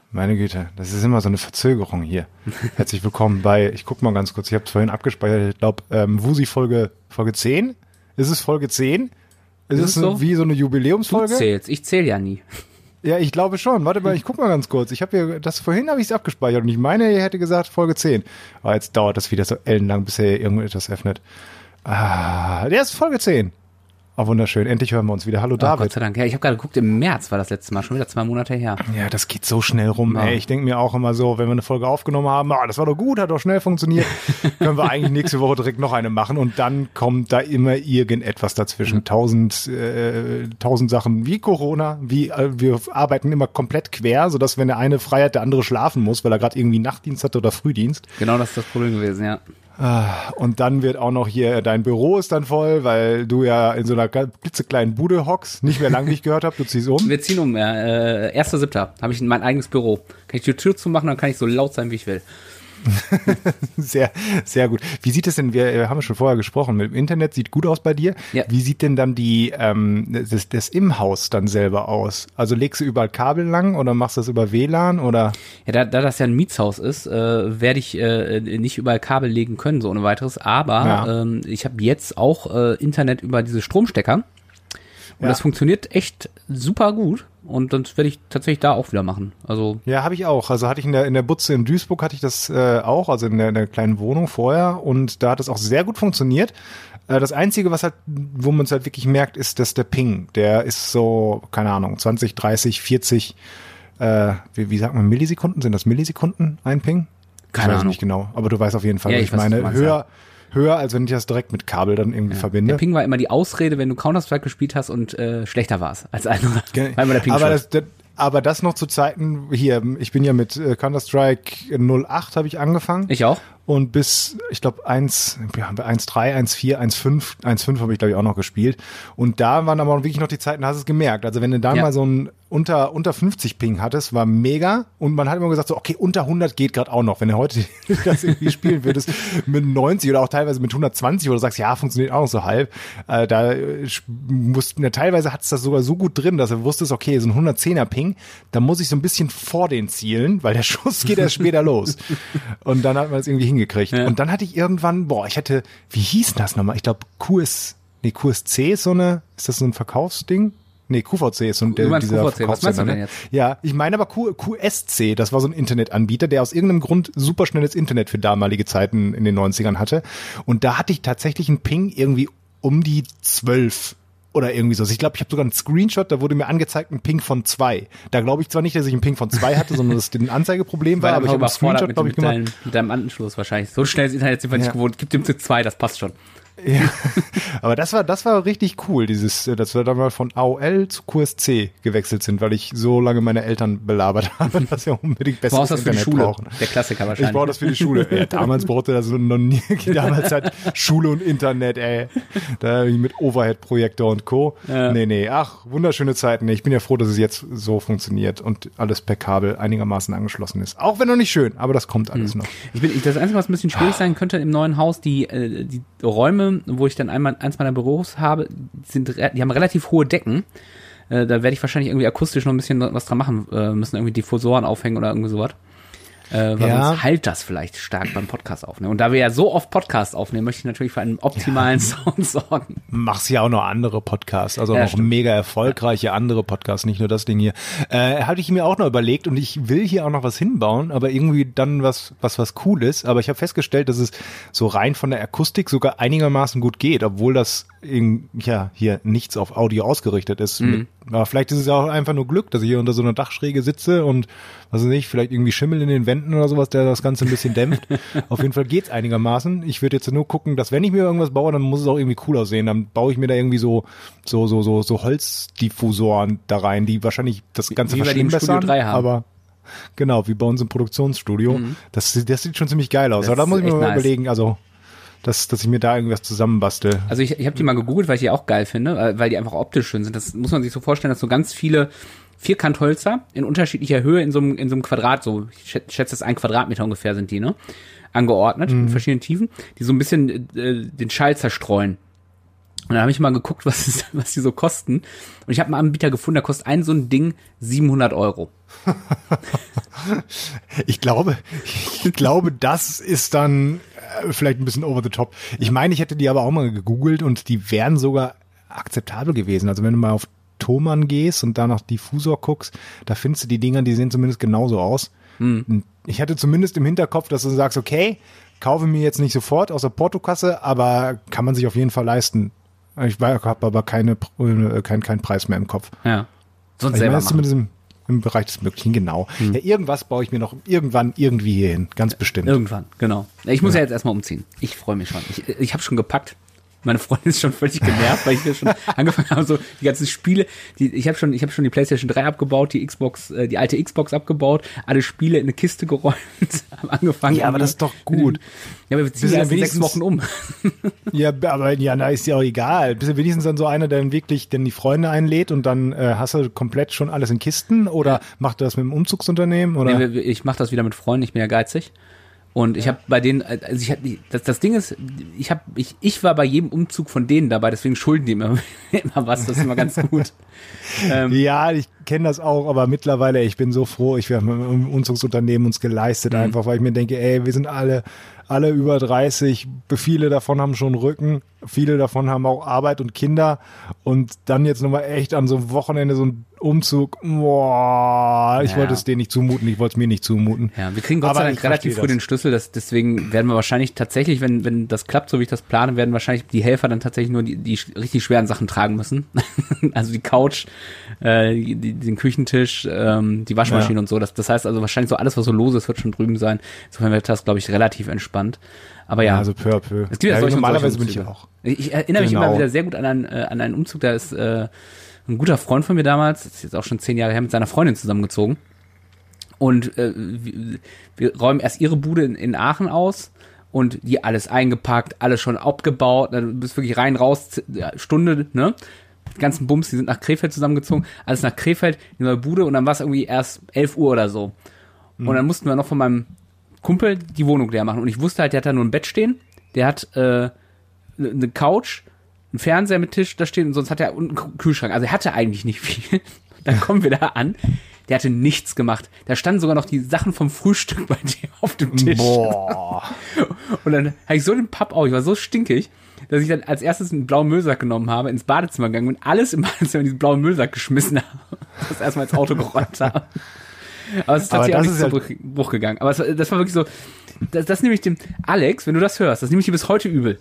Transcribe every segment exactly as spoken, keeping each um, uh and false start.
Meine Güte, das ist immer so eine Verzögerung hier. Herzlich willkommen bei, ich guck mal ganz kurz, ich habe es vorhin abgespeichert, ich glaube, ähm, Wusi Folge Folge zehn? Ist es Folge zehn? Ist, ist es so? Eine, wie so eine Jubiläumsfolge? Du zählst, ich zähle ja nie. Ja, ich glaube schon. Warte mal, ich guck mal ganz kurz. Ich habe hier, das vorhin habe ich es abgespeichert und ich meine, ihr hätte gesagt Folge zehn. Aber jetzt dauert das wieder so ellenlang, bis er irgendetwas öffnet. Ah, der ist Folge zehn. Oh, wunderschön. Endlich hören wir uns wieder. Hallo, David. Oh, Gott sei Dank. Ja, ich habe gerade geguckt, im März war das letzte Mal, schon wieder zwei Monate her. Ja, das geht so schnell rum. Ja. Ey, ich denke mir auch immer so, wenn wir eine Folge aufgenommen haben, ah, das war doch gut, hat doch schnell funktioniert, können wir eigentlich nächste Woche direkt noch eine machen und dann kommt da immer irgendetwas dazwischen. Mhm. Tausend, äh, tausend Sachen wie Corona, wie äh, wir arbeiten immer komplett quer, sodass wenn der eine frei hat, der andere schlafen muss, weil er gerade irgendwie Nachtdienst hatte oder Frühdienst. Genau, das ist das Problem gewesen, ja. Und dann wird auch noch hier, dein Büro ist dann voll, weil du ja in so einer klitzekleinen Bude hockst, nicht mehr lange, wie ich gehört habe, du ziehst um. Wir ziehen um, ja, äh, erster siebter habe ich mein eigenes Büro. Kann ich die Tür zumachen, dann kann ich so laut sein, wie ich will. Sehr, sehr gut. Wie sieht es denn, wir, wir haben ja schon vorher gesprochen, mit dem Internet sieht gut aus bei dir. Ja. Wie sieht denn dann die, ähm, das, das im Haus dann selber aus? Also legst du überall Kabel lang oder machst du das über W L A N oder? Ja, da, da das ja ein Mietshaus ist, äh, werde ich äh, nicht überall Kabel legen können, so ohne weiteres. Aber ja. ähm, ich habe jetzt auch äh, Internet über diese Stromstecker. Und ja. das funktioniert echt super gut. Und das werde ich tatsächlich da auch wieder machen. Also ja, habe ich auch. Also hatte ich in der in der Butze in Duisburg hatte ich das äh, auch, also in der, in der kleinen Wohnung vorher. Und da hat es auch sehr gut funktioniert. Äh, das Einzige, was halt, wo man es halt wirklich merkt, ist, dass der Ping, der ist so, keine Ahnung, zwanzig, dreißig, vierzig, äh, wie, wie sagt man, Millisekunden? Sind das Millisekunden ein Ping? Keine ich weiß Ahnung. Nicht genau. Aber du weißt auf jeden Fall, ja, was ich ich meine. weiß, Höher. Ja. Höher, als wenn ich das direkt mit Kabel dann irgendwie ja. verbinde. Der Ping war immer die Ausrede, wenn du Counter-Strike gespielt hast und äh, schlechter warst als andere. Weil immer der Ping aber, das, das, aber das noch zu Zeiten, hier, ich bin ja mit äh, Counter-Strike null acht habe ich angefangen. Ich auch. Und bis, ich glaube, eins, ja, eins Punkt drei, eins Punkt vier, eins Punkt fünf, eins Punkt fünf habe ich, glaube ich, auch noch gespielt. Und da waren aber wirklich noch die Zeiten, da hast du es gemerkt. Also wenn du da ja. mal so ein unter unter fünfzig Ping hattest, war mega. Und man hat immer gesagt, so okay, unter hundert geht gerade auch noch. Wenn du heute das irgendwie spielen würdest mit neunzig oder auch teilweise mit hundertzwanzig, wo du sagst, ja, funktioniert auch noch so halb. Äh, da mussten, ja, teilweise hat es das sogar so gut drin, dass du wusstest, okay, so ein hundertzehner Ping, da muss ich so ein bisschen vor den zielen, weil der Schuss geht erst später los. Und dann hat man es irgendwie hingekriegt. Ja. Und dann hatte ich irgendwann, boah, ich hatte, wie hieß das nochmal? Ich glaube, Q S, nee, Q S C ist so eine, ist das so ein Verkaufsding? Nee, Q V C ist so ein, der, dieser Q V C, was meinst du denn jetzt? Ja, ich meine aber Q, QSC, das war so ein Internetanbieter, der aus irgendeinem Grund super schnelles Internet für damalige Zeiten in den neunzigern hatte. Und da hatte ich tatsächlich einen Ping irgendwie um die zwölf oder irgendwie so. Ich glaube, ich habe sogar einen Screenshot, da wurde mir angezeigt ein Ping von zwei. Da glaube ich zwar nicht, dass ich einen Ping von zwei hatte, sondern dass es ein Anzeigeproblem war, aber ich habe einen Screenshot, glaube ich, gemacht. Deinem, mit deinem Anschluss wahrscheinlich. So schnell ist Internet sind wir ja. nicht gewohnt. Gib dem zu zwei, das passt schon. Ja, aber das war das war richtig cool, dieses, dass wir dann mal von A O L zu Q S C gewechselt sind, weil ich so lange meine Eltern belabert habe, dass wir unbedingt besseres das Internet für die Schule. brauchen. Der Klassiker wahrscheinlich. Ich brauche das für die Schule. Ja, damals brauchte das noch nie. Damals hat Schule und Internet, ey. Da mit Overhead-Projektor und Co. Ja. Nee, nee. Ach, wunderschöne Zeiten. Ich bin ja froh, dass es jetzt so funktioniert und alles per Kabel einigermaßen angeschlossen ist. Auch wenn noch nicht schön, aber das kommt alles hm. noch. Ich bin, das Einzige, was ein bisschen schwierig sein könnte im neuen Haus, die, die Räume, wo ich dann einmal eins meiner Büros habe, sind, die haben relativ hohe Decken. Äh, da werde ich wahrscheinlich irgendwie akustisch noch ein bisschen was dran machen äh, müssen, irgendwie Diffusoren aufhängen oder irgendwie sowas. Äh, weil ja. sonst halt das vielleicht stark beim Podcast aufnehmen. Und da wir ja so oft Podcast aufnehmen, möchte ich natürlich für einen optimalen ja. Sound sorgen. Machst ja auch noch andere Podcasts, also ja, noch stimmt. mega erfolgreiche ja. andere Podcasts, nicht nur das Ding hier. Äh, hatte ich mir auch noch überlegt und ich will hier auch noch was hinbauen, aber irgendwie dann was, was, was cool ist. Aber ich habe festgestellt, dass es so rein von der Akustik sogar einigermaßen gut geht, obwohl das in, ja hier nichts auf Audio ausgerichtet ist. Mhm. Mit, aber vielleicht ist es auch einfach nur Glück, dass ich hier unter so einer Dachschräge sitze und was weiß ich, vielleicht irgendwie Schimmel in den Wänden oder sowas, der das Ganze ein bisschen dämpft. Auf jeden Fall geht's einigermaßen. Ich würde jetzt nur gucken, dass wenn ich mir irgendwas baue, dann muss es auch irgendwie cool aussehen. Dann baue ich mir da irgendwie so so so so so Holzdiffusoren da rein, die wahrscheinlich das Ganze wie verschlimmbessern, drei haben. aber genau, wie bei uns im Produktionsstudio. Mhm. Das, das sieht schon ziemlich geil aus. Das aber da muss ich mir mal nice. überlegen, also dass, dass ich mir da irgendwas zusammenbastel. Also ich, ich habe die mal gegoogelt, weil ich die auch geil finde, weil die einfach optisch schön sind. Das muss man sich so vorstellen, dass so ganz viele Vierkanthölzer in unterschiedlicher Höhe in so einem, in so einem Quadrat, so ich schätze, das ein Quadratmeter ungefähr sind die, ne? Angeordnet, mhm. in verschiedenen Tiefen, die so ein bisschen äh, den Schall zerstreuen. Und dann habe ich mal geguckt, was, ist, was die so kosten. Und ich habe einen Anbieter gefunden, da kostet ein so ein Ding siebenhundert Euro. Ich glaube, ich glaube, das ist dann äh, vielleicht ein bisschen over the top. Ich meine, ich hätte die aber auch mal gegoogelt und die wären sogar akzeptabel gewesen. Also wenn du mal auf Thomann gehst und da nach Diffusor guckst, da findest du die Dinger, die sehen zumindest genauso aus. Hm. Ich hatte zumindest im Hinterkopf, dass du sagst, okay, kaufe mir jetzt nicht sofort aus der Portokasse, aber kann man sich auf jeden Fall leisten. Ich habe aber keine, kein, kein Preis mehr im Kopf. Ja. Sonst ich selber meine, zumindest im, im Bereich des Möglichen, genau. Hm. Ja, irgendwas baue ich mir noch irgendwann irgendwie hier hin, ganz bestimmt. Irgendwann, genau. Ich muss ja, ja jetzt erstmal umziehen. Ich freue mich schon. Ich, ich habe schon gepackt. Meine Freundin ist schon völlig genervt, weil ich mir schon angefangen habe, so die ganzen Spiele, die ich habe schon, ich habe schon die PlayStation drei abgebaut, die Xbox, äh, die alte Xbox abgebaut, alle Spiele in eine Kiste geräumt, haben angefangen. Ja, aber das ist doch gut. Ja, aber wir ziehen ja erst in sechs Wochen um. Ja, aber ja, na ist ja auch egal. Bist du wenigstens dann so einer, der dann wirklich denn die Freunde einlädt und dann äh, hast du komplett schon alles in Kisten oder ja. Macht du das mit dem Umzugsunternehmen oder? Nee, ich mache das wieder mit Freunden, ich bin ja geizig. Und ich habe bei denen, also ich hatte, das, das Ding ist, ich habe, ich, ich war bei jedem Umzug von denen dabei, deswegen schulden die immer, immer was, das ist immer ganz gut. ähm, ja, ich kenne das auch, aber mittlerweile, ich bin so froh, ich wir haben im Umzugsunternehmen uns geleistet, mhm. einfach, weil ich mir denke, ey, wir sind alle, alle über dreißig, viele davon haben schon Rücken, viele davon haben auch Arbeit und Kinder und dann jetzt nochmal echt an so einem Wochenende so ein Umzug, boah, ich ja. wollte es denen nicht zumuten, ich wollte es mir nicht zumuten. Ja, wir kriegen Gott sei Dank relativ früh das. den Schlüssel, das, deswegen werden wir wahrscheinlich tatsächlich, wenn wenn das klappt, so wie ich das plane, werden wahrscheinlich die Helfer dann tatsächlich nur die, die richtig schweren Sachen tragen müssen. Also die Couch, äh, die, den Küchentisch, ähm, die Waschmaschine ja. und so. Das, das heißt also wahrscheinlich so alles, was so los ist, wird schon drüben sein. Insofern wird das, glaube ich, relativ entspannt. Aber ja, ja also peu à peu. Es gibt ja, solche normalerweise solche bin ich auch. Ich, ich erinnere genau. mich immer wieder sehr gut an einen, äh, an einen Umzug, da ist äh, ein guter Freund von mir damals, das ist jetzt auch schon zehn Jahre her, mit seiner Freundin zusammengezogen. Und äh, wir, wir räumen erst ihre Bude in, in Aachen aus und die alles eingepackt, alles schon abgebaut, dann bist wirklich rein, raus, Stunde, ne? Die ganzen Bums, die sind nach Krefeld zusammengezogen, alles nach Krefeld, in der Bude und dann war es irgendwie erst elf Uhr oder so. Mhm. Und dann mussten wir noch von meinem Kumpel die Wohnung leer machen. Und ich wusste halt, der hat da nur ein Bett stehen, der hat äh, eine Couch, einen Fernseher mit Tisch da stehen und sonst hat er unten einen Kühlschrank. Also er hatte eigentlich nicht viel. Dann kommen wir da an. Der hatte nichts gemacht. Da standen sogar noch die Sachen vom Frühstück bei dem auf dem Tisch. Boah. Und dann habe ich so den Papp auf, ich war so stinkig, dass ich dann als erstes einen blauen Müllsack genommen habe, ins Badezimmer gegangen bin, alles im Badezimmer in diesen blauen Müllsack geschmissen habe. Das erstmal ins Auto geräumt habe. Aber es ist tatsächlich auch nicht zu Bruch, Bruch gegangen. Aber es, das war wirklich so, das, das nehme ich dem Alex, wenn du das hörst, das nehme ich dir bis heute übel.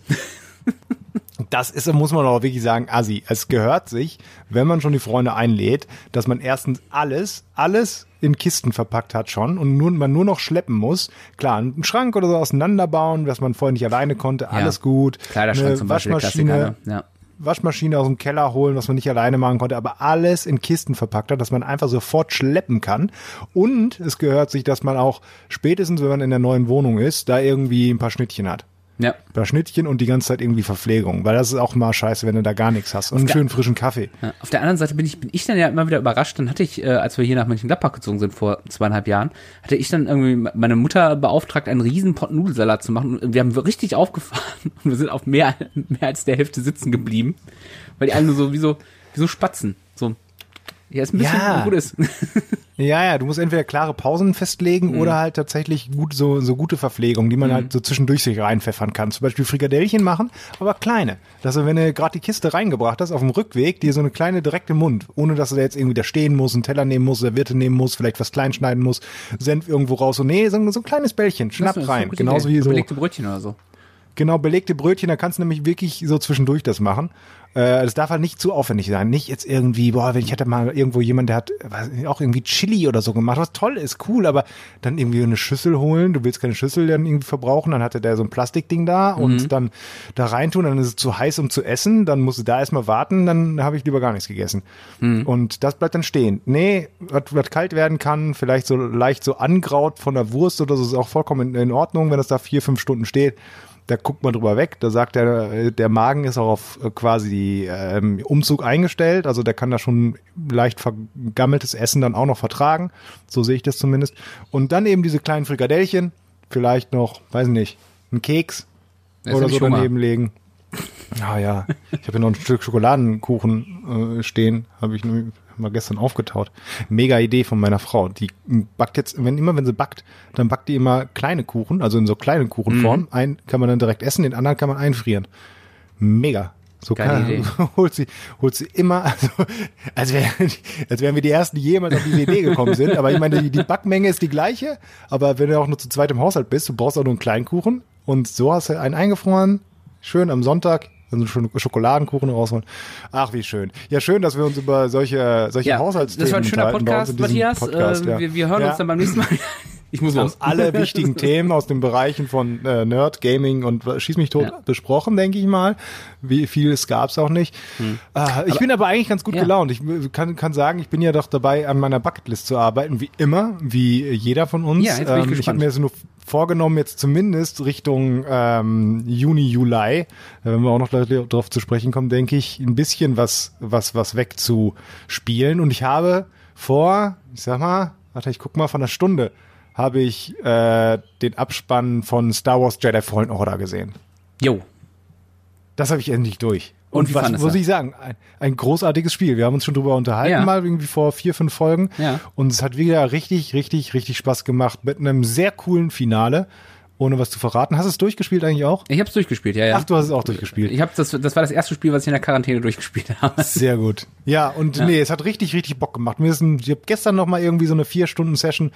Das ist, muss man auch wirklich sagen, assi. Es gehört sich, wenn man schon die Freunde einlädt, dass man erstens alles, alles in Kisten verpackt hat schon und nur, man nur noch schleppen muss. Klar, einen Schrank oder so auseinanderbauen, was man vorher nicht alleine konnte, ja. Alles gut. Kleiderschrank zum Beispiel, Klassiker, ne? Ja. Waschmaschine aus dem Keller holen, was man nicht alleine machen konnte, aber alles in Kisten verpackt hat, dass man einfach sofort schleppen kann. Und es gehört sich, dass man auch spätestens, wenn man in der neuen Wohnung ist, da irgendwie ein paar Schnittchen hat. Ja. Ein paar Schnittchen und die ganze Zeit irgendwie Verpflegung, weil das ist auch mal scheiße, wenn du da gar nichts hast. Und einen schönen frischen Kaffee. Ja, auf der anderen Seite bin ich, bin ich dann ja immer wieder überrascht. Dann hatte ich, äh, als wir hier nach Mönchengladbach gezogen sind vor zweieinhalb Jahren, hatte ich dann irgendwie meine Mutter beauftragt, einen riesen Pott Nudelsalat zu machen. Und wir haben richtig aufgefahren und wir sind auf mehr, mehr als der Hälfte sitzen geblieben, weil die alle nur so wie so, wie so Spatzen. So, ja, ist ein bisschen ja. gut ist. Ja, ja, du musst entweder klare Pausen festlegen mhm. oder halt tatsächlich gut so so gute Verpflegung, die man mhm. halt so zwischendurch sich reinpfeffern kann. Zum Beispiel Frikadellchen machen, aber kleine. Dass du, wenn du gerade die Kiste reingebracht hast, auf dem Rückweg, dir so eine kleine direkt im Mund, ohne dass du da jetzt irgendwie da stehen musst, einen Teller nehmen musst, Serviette nehmen musst, vielleicht was klein schneiden musst, Senf irgendwo raus. So, nee, so, so ein kleines Bällchen, schnapp rein. Genauso Idee. wie so. Belegte Brötchen oder so. Genau, belegte Brötchen, da kannst du nämlich wirklich so zwischendurch das machen. Äh, das darf halt nicht zu aufwendig sein. Nicht jetzt irgendwie, boah, wenn ich hatte mal irgendwo jemand, der hat was, auch irgendwie Chili oder so gemacht, was toll ist, cool, aber dann irgendwie eine Schüssel holen, du willst keine Schüssel dann irgendwie verbrauchen, dann hatte der so ein Plastikding da mhm. und dann da reintun, dann ist es zu heiß, um zu essen, dann musst du da erstmal warten, dann habe ich lieber gar nichts gegessen. Mhm. Und das bleibt dann stehen. Nee, was, was kalt werden kann, vielleicht so leicht so angraut von der Wurst oder so, ist auch vollkommen in, in Ordnung, wenn das da vier, fünf Stunden steht. Da guckt man drüber weg, da sagt der, der Magen ist auch auf quasi ähm, Umzug eingestellt, also der kann da schon leicht vergammeltes Essen dann auch noch vertragen, so sehe ich das zumindest. Und dann eben diese kleinen Frikadellchen, vielleicht noch, weiß nicht, einen Keks das oder so daneben legen. Ah ja, ich habe ja noch ein Stück Schokoladenkuchen äh, stehen, habe ich, hab mal gestern aufgetaut. Mega Idee von meiner Frau. Die backt jetzt, wenn immer wenn sie backt, dann backt die immer kleine Kuchen, also in so kleinen Kuchenform. Mhm. Einen kann man dann direkt essen, den anderen kann man einfrieren. Mega. So kann, holt sie, holt sie immer, also, als, wär, als wären wir die Ersten, die jemals auf diese Idee gekommen sind. Aber ich meine, die, die Backmenge ist die gleiche. Aber wenn du auch nur zu zweit im Haushalt bist, du brauchst auch nur einen kleinen Kuchen. Und so hast du einen eingefroren, schön am Sonntag, also schon Schokoladenkuchen rausholen. Ach, wie schön. Ja, schön, dass wir uns über solche, solche ja, Haushaltsthemen das war ein schöner Podcast, Matthias. Podcast, äh, ja. wir, wir hören ja. uns dann beim nächsten Mal. Ich muss los. Alle wichtigen Themen aus den Bereichen von äh, Nerd, Gaming und Schieß mich tot ja. besprochen, denke ich mal. Wie viel es gab's auch nicht. Hm. Äh, ich aber, bin aber eigentlich ganz gut ja. gelaunt. Ich kann, kann sagen, ich bin ja doch dabei, an meiner Bucketlist zu arbeiten, wie immer, wie jeder von uns. Ja, jetzt bin ich ähm, gespannt. Ich habe mir das nur vorgenommen, jetzt zumindest Richtung ähm, Juni, Juli, wenn wir auch noch darauf zu sprechen kommen, denke ich, ein bisschen was, was, was wegzuspielen. Und ich habe vor, ich sag mal, warte, ich guck mal, von einer Stunde habe ich äh, den Abspann von Star Wars Jedi Fallen Order gesehen. Jo. Das habe ich endlich durch. Und, Und wie was muss ich sagen? Ein, ein großartiges Spiel. Wir haben uns schon drüber unterhalten, ja. mal irgendwie vor vier, fünf Folgen. Ja. Und es hat wieder richtig, richtig, richtig Spaß gemacht mit einem sehr coolen Finale. Ohne was zu verraten. Hast du es durchgespielt eigentlich auch? Ich habe es durchgespielt, ja, ja. Ach, du hast es auch durchgespielt. Ich habe das, das war das erste Spiel, was ich in der Quarantäne durchgespielt habe. Sehr gut. Ja, und ja. nee, es hat richtig, richtig Bock gemacht. Mir ist ein, ich habe gestern noch mal irgendwie so eine vier Stunden Session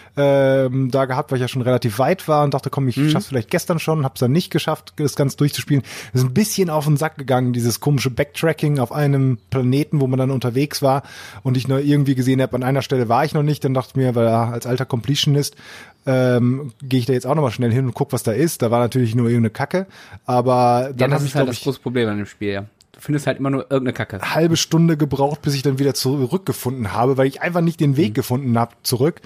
ähm, da gehabt, weil ich ja schon relativ weit war und dachte, komm, ich mhm. schaff's vielleicht gestern schon, hab's dann nicht geschafft, das Ganze durchzuspielen. Es ist ein bisschen auf den Sack gegangen, dieses komische Backtracking auf einem Planeten, wo man dann unterwegs war und ich nur irgendwie gesehen habe, an einer Stelle war ich noch nicht, dann dachte ich mir, weil ja, als alter Completionist ähm, gehe ich da jetzt auch nochmal schnell hin und guck, was da ist. Da war natürlich nur irgendeine Kacke, aber dann ja, habe ich, halt glaube das ich, große Problem an dem Spiel, ja. Du findest halt immer nur irgendeine Kacke. Halbe Stunde gebraucht, bis ich dann wieder zurückgefunden habe, weil ich einfach nicht den Weg mhm. gefunden habe zurück.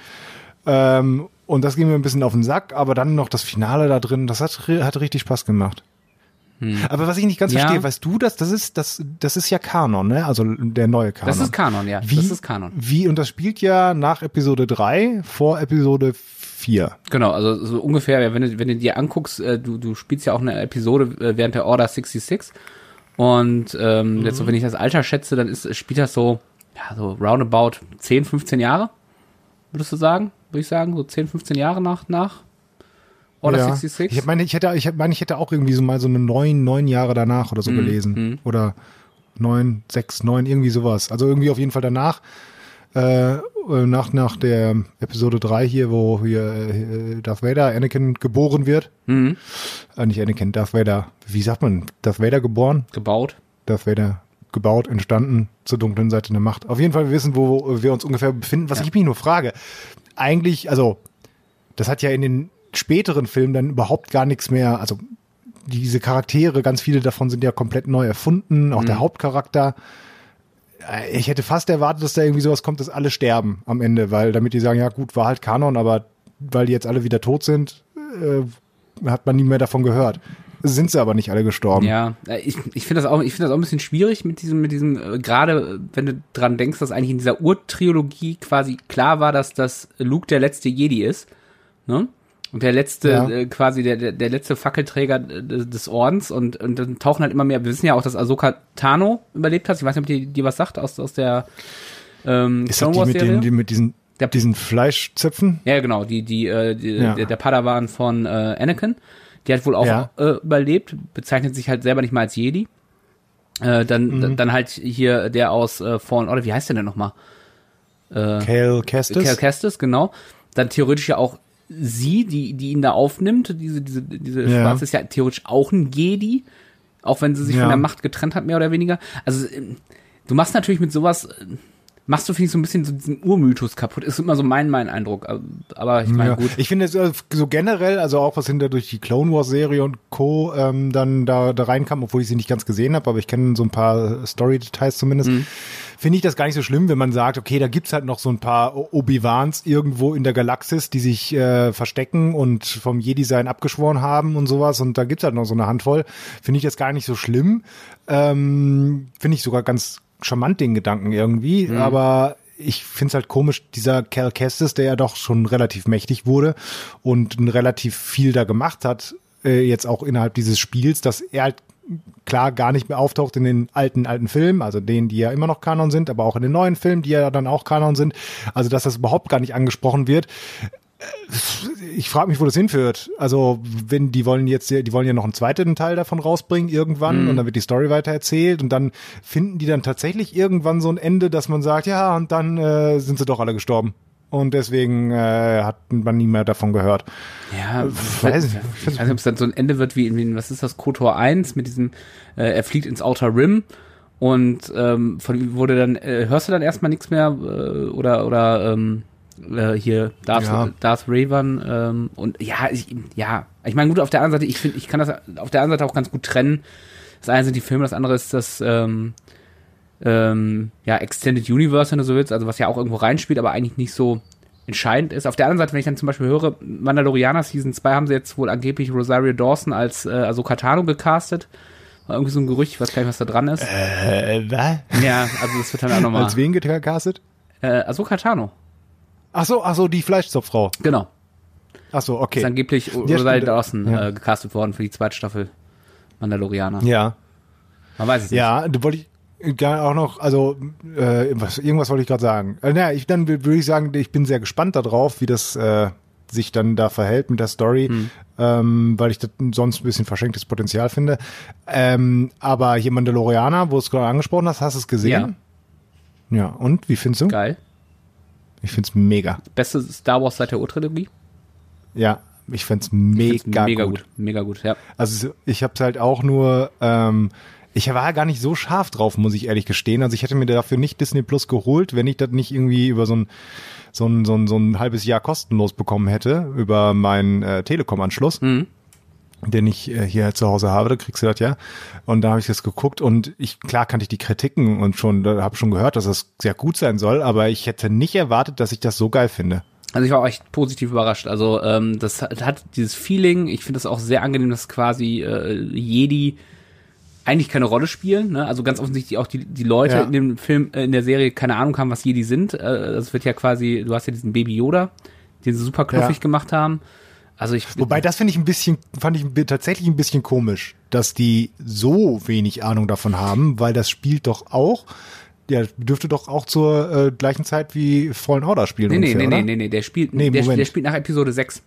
Ähm, und das ging mir ein bisschen auf den Sack, aber dann noch das Finale da drin, das hat, hat richtig Spaß gemacht. Hm. Aber was ich nicht ganz ja. verstehe, weißt du das? Das ist das, das ist ja Kanon, ne? Also der neue Kanon. Das ist Kanon, ja. Wie, das ist Kanon. Wie und das spielt ja nach Episode drei vor Episode vier. Genau, also so ungefähr. Wenn du wenn du dir anguckst, äh, du du spielst ja auch eine Episode äh, während der Order sechsundsechzig und ähm, mhm. jetzt so, wenn ich das Alter schätze, dann ist spielt das so ja so roundabout zehn, fünfzehn Jahre, würdest du sagen? Würde ich sagen, so zehn, fünfzehn Jahre nach nach Order ja. sechsundsechzig. Ich meine, ich hätte, ich meine, ich hätte auch irgendwie so mal so eine neun, neun Jahre danach oder so mm, gelesen. Mm. Oder neun, sechs, neun, irgendwie sowas. Also irgendwie auf jeden Fall danach, äh, nach, nach der Episode drei hier, wo hier äh, Darth Vader, Anakin geboren wird. Mm. Äh, nicht Anakin, Darth Vader, wie sagt man? Darth Vader geboren? Gebaut. Darth Vader gebaut, entstanden, zur dunklen Seite der Macht. Auf jeden Fall, wir wissen, wo wir uns ungefähr befinden. Was ja. ich mich nur frage, eigentlich, also, das hat ja in den späteren Filmen dann überhaupt gar nichts mehr, also diese Charaktere, ganz viele davon sind ja komplett neu erfunden, auch mhm. der Hauptcharakter. Ich hätte fast erwartet, dass da irgendwie sowas kommt, dass alle sterben am Ende, weil damit die sagen, ja gut, war halt Kanon, aber weil die jetzt alle wieder tot sind, äh, hat man nie mehr davon gehört. Sind sie aber nicht alle gestorben. Ja, ich, ich finde das auch, ich finde das auch ein bisschen schwierig mit diesem, mit diesem, äh, gerade wenn du dran denkst, dass eigentlich in dieser Urtrilogie quasi klar war, dass das Luke der letzte Jedi ist, ne? Und der letzte, ja. äh, quasi der, der, der letzte Fackelträger des, des Ordens und, und dann tauchen halt immer mehr, wir wissen ja auch, dass Ahsoka Tano überlebt hat, ich weiß nicht, ob die, die was sagt aus, aus der, ähm, ist das die mit den, die mit diesen, der, diesen Fleischzöpfen? Ja, genau, die, die, äh, die ja. der, der Padawan von, äh, Anakin. Die hat wohl auch ja. äh, überlebt, bezeichnet sich halt selber nicht mal als Jedi. Äh, dann, mhm. dann halt hier der aus äh, Fallen Order, wie heißt der denn nochmal? Äh, Cal Kestis. Cal Kestis, genau. Dann theoretisch ja auch sie, die die ihn da aufnimmt, diese diese diese ja. Schwarze ist ja theoretisch auch ein Jedi, auch wenn sie sich ja. von der Macht getrennt hat, mehr oder weniger. Also du machst natürlich mit sowas, machst du, finde ich, so ein bisschen so diesen Urmythos kaputt. Ist immer so mein, mein Eindruck. Aber ich meine, ja. gut. Ich finde es so generell, also auch was hinter durch die Clone Wars Serie und Co. Ähm, dann da, da reinkam, obwohl ich sie nicht ganz gesehen habe, aber ich kenne so ein paar Story-Details zumindest, mhm. finde ich das gar nicht so schlimm, wenn man sagt, okay, da gibt's halt noch so ein paar Obi-Wans irgendwo in der Galaxis, die sich äh, verstecken und vom Jedi-Sein abgeschworen haben und sowas und da gibt's halt noch so eine Handvoll. Finde ich das gar nicht so schlimm. Ähm, finde ich sogar ganz charmant den Gedanken irgendwie, mhm. aber ich find's halt komisch, dieser Cal Kestis, der ja doch schon relativ mächtig wurde und relativ viel da gemacht hat, äh, jetzt auch innerhalb dieses Spiels, dass er halt klar gar nicht mehr auftaucht in den alten, alten Filmen, also denen, die ja immer noch Kanon sind, aber auch in den neuen Filmen, die ja dann auch Kanon sind. Also, dass das überhaupt gar nicht angesprochen wird. Ich frage mich, wo das hinführt. Also, wenn die wollen jetzt, die wollen ja noch einen zweiten Teil davon rausbringen irgendwann mhm. und dann wird die Story weiter erzählt und dann finden die dann tatsächlich irgendwann so ein Ende, dass man sagt, ja, und dann äh, sind sie doch alle gestorben. Und deswegen äh, hat man nie mehr davon gehört. Ja, ich weiß nicht, ich weiß nicht, ob es dann so ein Ende wird wie in, was ist das, KOTOR eins mit diesem, äh, er fliegt ins Outer Rim und ähm, von ihm wurde dann, äh, hörst du dann erstmal nichts mehr äh, oder oder ähm, äh, hier Darth, ja. Darth Raven ähm, und ja, ich, ja, ich meine gut, auf der anderen Seite, ich finde, ich kann das auf der anderen Seite auch ganz gut trennen. Das eine sind die Filme, das andere ist das ähm, Ähm, ja, Extended Universe, wenn du so willst, also was ja auch irgendwo reinspielt, aber eigentlich nicht so entscheidend ist. Auf der anderen Seite, wenn ich dann zum Beispiel höre, Mandalorianer Season zwei haben sie jetzt wohl angeblich Rosario Dawson als äh, Ahsoka Tano gecastet. War irgendwie so ein Gerücht, ich weiß gar nicht, was da dran ist. Äh, was? Ja, also das wird dann auch nochmal. Als wen gecastet? Äh, Ahsoka Tano. Ach so, ach so, die Fleischzopffrau. Genau. Ach so, okay. Ist angeblich ja, Rosario Dawson ja. äh, gecastet worden für die zweite Staffel Mandalorianer. Ja. Man weiß es nicht. Ja, da wollte ich Gar auch noch, also äh, was, irgendwas wollte ich gerade sagen. Äh, naja, ich, dann würde ich sagen, ich bin sehr gespannt darauf, wie das äh, sich dann da verhält mit der Story, hm. ähm, weil ich das sonst ein bisschen verschenktes Potenzial finde. Ähm, aber hier Mandalorianer, wo du es gerade angesprochen hast, hast du es gesehen? Ja. Ja, und? Wie findest du? Geil. Ich find's mega. Beste Star Wars seit der Urtrilogie? Ja, ich find's mega, ich find's mega gut. gut. Mega gut, ja. Also ich hab's halt auch nur... Ähm, Ich war gar nicht so scharf drauf, muss ich ehrlich gestehen. Also ich hätte mir dafür nicht Disney Plus geholt, wenn ich das nicht irgendwie über so ein so ein so ein, so ein halbes Jahr kostenlos bekommen hätte über meinen äh, Telekom-Anschluss, mhm. den ich äh, hier zu Hause habe. Da kriegst du das ja. Und da habe ich das geguckt und ich klar kannte ich die Kritiken und schon da habe schon gehört, dass das sehr gut sein soll, aber ich hätte nicht erwartet, dass ich das so geil finde. Also ich war auch echt positiv überrascht. Also ähm, das hat, hat dieses Feeling. Ich finde das auch sehr angenehm, dass quasi äh, Jedi eigentlich keine Rolle spielen, ne? Also ganz offensichtlich auch die die Leute ja. in dem Film, äh, in der Serie keine Ahnung haben, was Jedi sind. Äh, das wird ja quasi, du hast ja diesen Baby Yoda, den sie super knuffig ja. gemacht haben. Also ich Wobei das finde ich ein bisschen, fand ich tatsächlich ein bisschen komisch, dass die so wenig Ahnung davon haben, weil das spielt doch auch, ja, dürfte doch auch zur äh, gleichen Zeit wie Fallen Order spielen. Nee, nee, ungefähr, nee, oder? nee, nee, der spielt, nee, der, der spielt nach Episode sechs.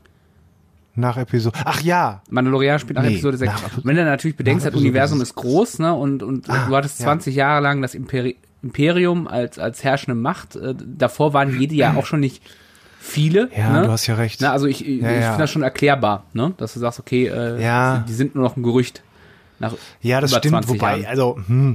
Nach Episode. Ach ja. Mandalorian spielt nach nee, Episode sechs. Nach, Wenn du natürlich bedenkst, das Universum ist groß, ne? Und und ah, du hattest zwanzig ja. Jahre lang das Imperi- Imperium als als herrschende Macht. Äh, davor waren Jedi ja auch schon nicht viele. Ja, ne? du hast ja recht. Na, also ich, ich, ja, ich ja. finde das schon erklärbar, ne? Dass du sagst, okay, äh, ja. die sind nur noch ein Gerücht. Nach ja, das über stimmt. zwanzig Wobei, Jahren. also hm,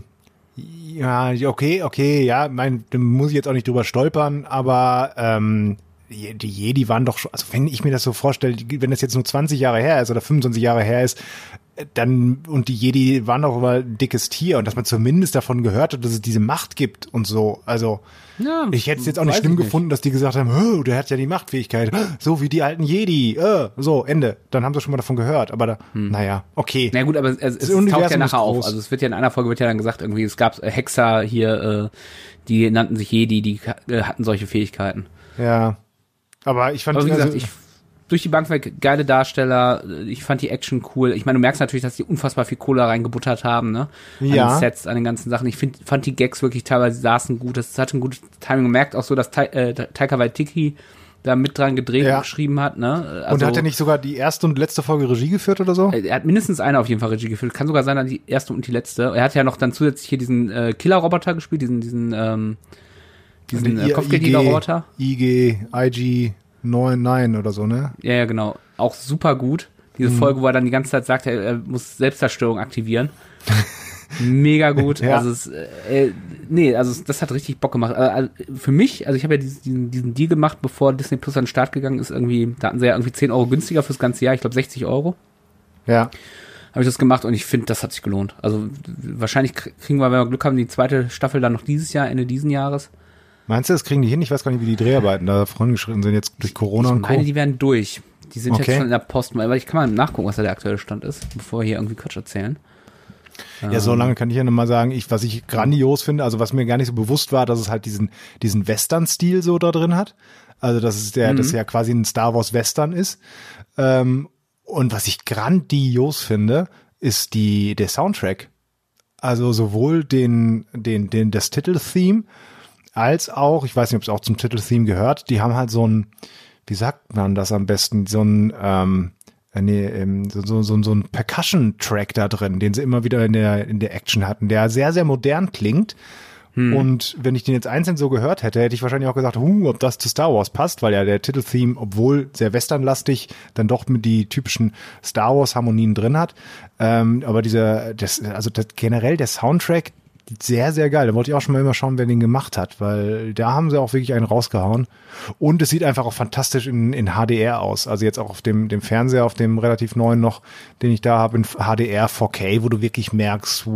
ja, okay, okay, ja, mein, da muss ich jetzt auch nicht drüber stolpern, aber ähm, die Jedi waren doch schon, also wenn ich mir das so vorstelle, wenn das jetzt nur zwanzig Jahre her ist oder fünfundzwanzig Jahre her ist, dann, und die Jedi waren doch immer ein dickes Tier und dass man zumindest davon gehört hat, dass es diese Macht gibt und so, also ja, ich hätte es jetzt auch nicht schlimm gefunden, dass die gesagt haben, oh, der hat ja die Machtfähigkeit, so wie die alten Jedi, äh, so, Ende. Dann haben sie schon mal davon gehört, aber da, hm. naja, okay. Na gut, aber es, es, es taucht ja nachher auf, also es wird ja in einer Folge wird ja dann gesagt, irgendwie, es gab Hexer hier, äh, die nannten sich Jedi, die äh, hatten solche Fähigkeiten. Ja. Aber ich fand, Aber wie gesagt, also, ich, durch die Bank weg, geile Darsteller, ich fand die Action cool. Ich meine, du merkst natürlich, dass die unfassbar viel Kohle reingebuttert haben, ne? An ja. den Sets, an den ganzen Sachen. Ich find, fand die Gags wirklich teilweise saßen gut. Das hatte ein gutes Timing. Man merkt auch so, dass Ta- äh, Taika Waititi da mit dran gedreht ja. und geschrieben hat, ne? Also, und hat er nicht sogar die erste und letzte Folge Regie geführt oder so? Er hat mindestens eine auf jeden Fall Regie geführt. Kann sogar sein, die erste und die letzte. Er hat ja noch dann zusätzlich hier diesen äh, Killer-Roboter gespielt, diesen, diesen, ähm, diesen äh, Kopfgeldjäger-Roboter. I G, I G neun neun oder so, ne? Ja, ja, genau. Auch super gut. Diese mhm. Folge, wo er dann die ganze Zeit sagt, er, er muss Selbstzerstörung aktivieren. Mega gut. Ja. Also es, äh, nee, also das hat richtig Bock gemacht. Also für mich, also ich habe ja diesen, diesen Deal gemacht, bevor Disney Plus an den Start gegangen ist, irgendwie, da hatten sie ja irgendwie zehn Euro günstiger fürs ganze Jahr, ich glaube sechzig Euro. Ja. Habe ich das gemacht und ich finde, das hat sich gelohnt. Also wahrscheinlich kriegen wir, wenn wir Glück haben, die zweite Staffel dann noch dieses Jahr, Ende diesen Jahres. Meinst du, das kriegen die hin? Ich weiß gar nicht, wie die Dreharbeiten da vorangeschritten sind jetzt durch Corona ich und Co. Ich meine, die werden durch. Die sind okay. jetzt schon in der Post. Aber ich kann mal nachgucken, was da der aktuelle Stand ist, bevor wir hier irgendwie Quatsch erzählen. Ja, so lange kann ich ja noch mal sagen, ich, was ich grandios finde, also was mir gar nicht so bewusst war, dass es halt diesen, diesen Western-Stil so da drin hat. Also, dass es der, mhm. das ja quasi ein Star Wars Western ist. Ähm, und was ich grandios finde, ist die der Soundtrack. Also sowohl den den den das Titeltheme als auch, ich weiß nicht, ob es auch zum Titeltheme gehört, die haben halt so ein, wie sagt man das am besten, so ein ähm, nee, so, so, so, so ein Percussion-Track da drin, den sie immer wieder in der in der Action hatten, der sehr, sehr modern klingt. Hm. Und wenn ich den jetzt einzeln so gehört hätte, hätte ich wahrscheinlich auch gesagt, huh, ob das zu Star Wars passt, weil ja der Titeltheme, obwohl sehr westernlastig, dann doch mit die typischen Star Wars-Harmonien drin hat. Ähm, aber dieser, das, also das, generell der Soundtrack, sehr, sehr geil. Da wollte ich auch schon mal immer schauen, wer den gemacht hat, weil da haben sie auch wirklich einen rausgehauen. Und es sieht einfach auch fantastisch in, in H D R aus. Also jetzt auch auf dem, dem Fernseher, auf dem relativ neuen noch, den ich da habe, in H D R vier K, wo du wirklich merkst,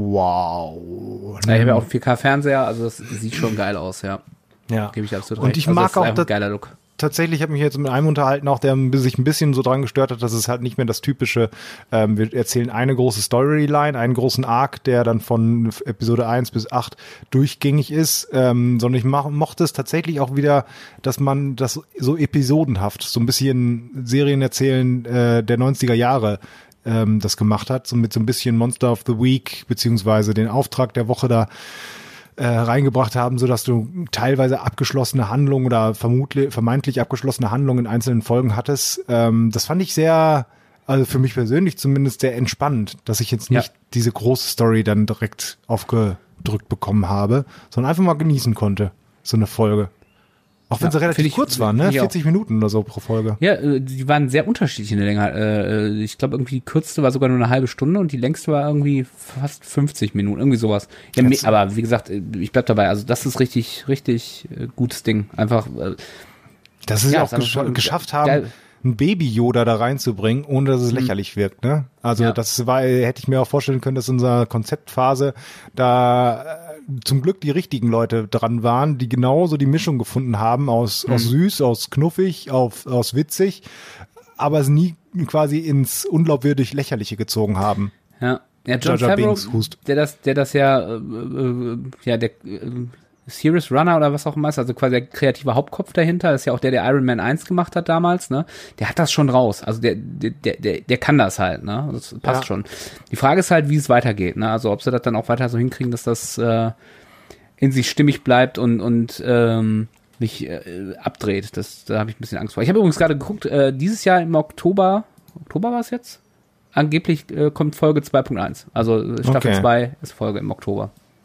wow. Ja, ich habe ja auch vier K Fernseher, also das sieht schon geil aus, ja. Ja. Gebe ich absolut recht. Und ich also mag auch das ein geiler Look. Tatsächlich habe ich mich jetzt mit einem unterhalten, auch der sich ein bisschen so dran gestört hat, dass es halt nicht mehr das typische, ähm, wir erzählen eine große Storyline, einen großen Arc, der dann von Episode eins bis acht durchgängig ist, ähm, sondern ich mach, mochte es tatsächlich auch wieder, dass man das so episodenhaft, so ein bisschen Serien erzählen äh, der neunziger Jahre ähm, das gemacht hat, so mit so ein bisschen Monster of the Week, beziehungsweise den Auftrag der Woche da Äh, reingebracht haben, so dass du teilweise abgeschlossene Handlungen oder vermutlich vermeintlich abgeschlossene Handlungen in einzelnen Folgen hattest. Ähm, das fand ich sehr, also für mich persönlich zumindest sehr entspannend, dass ich jetzt nicht ja. diese große Story dann direkt aufgedrückt bekommen habe, sondern einfach mal genießen konnte, so eine Folge. Auch wenn ja, sie relativ ich, kurz waren, ne? vierzig Minuten oder so pro Folge. Ja, die waren sehr unterschiedlich in der Länge. Ich glaube, irgendwie die kürzeste war sogar nur eine halbe Stunde und die längste war irgendwie fast fünfzig Minuten, irgendwie sowas. Ja, Jetzt, aber wie gesagt, ich bleib dabei. Also das ist richtig, richtig gutes Ding. Einfach. Dass sie ja, auch gesch- geschafft haben, geil. ein Baby-Yoda da reinzubringen, ohne dass es mhm. lächerlich wirkt, ne? Also ja. das war, hätte ich mir auch vorstellen können, dass in unserer Konzeptphase da zum Glück die richtigen Leute dran waren, die genauso die Mischung gefunden haben aus, mhm. aus süß, aus knuffig, auf, aus witzig, aber es nie quasi ins unglaubwürdig Lächerliche gezogen haben. Ja, ja Jon Favreau, der das, der das ja, äh, äh, ja, der äh, Series Runner oder was auch immer ist, also quasi der kreative Hauptkopf dahinter, ist ja auch der, der Iron Man eins gemacht hat damals, ne? Der hat das schon raus. Also der, der, der, der kann das halt, ne? Das passt ja. schon. Die Frage ist halt, wie es weitergeht, ne? Also ob sie das dann auch weiter so hinkriegen, dass das äh, in sich stimmig bleibt und, und ähm, nicht äh, abdreht. Das, da habe ich ein bisschen Angst vor. Ich habe übrigens gerade geguckt, äh, dieses Jahr im Oktober, Oktober war es jetzt? Angeblich äh, kommt Folge zwei Punkt eins. Also Staffel zwei okay. ist Folge im Oktober.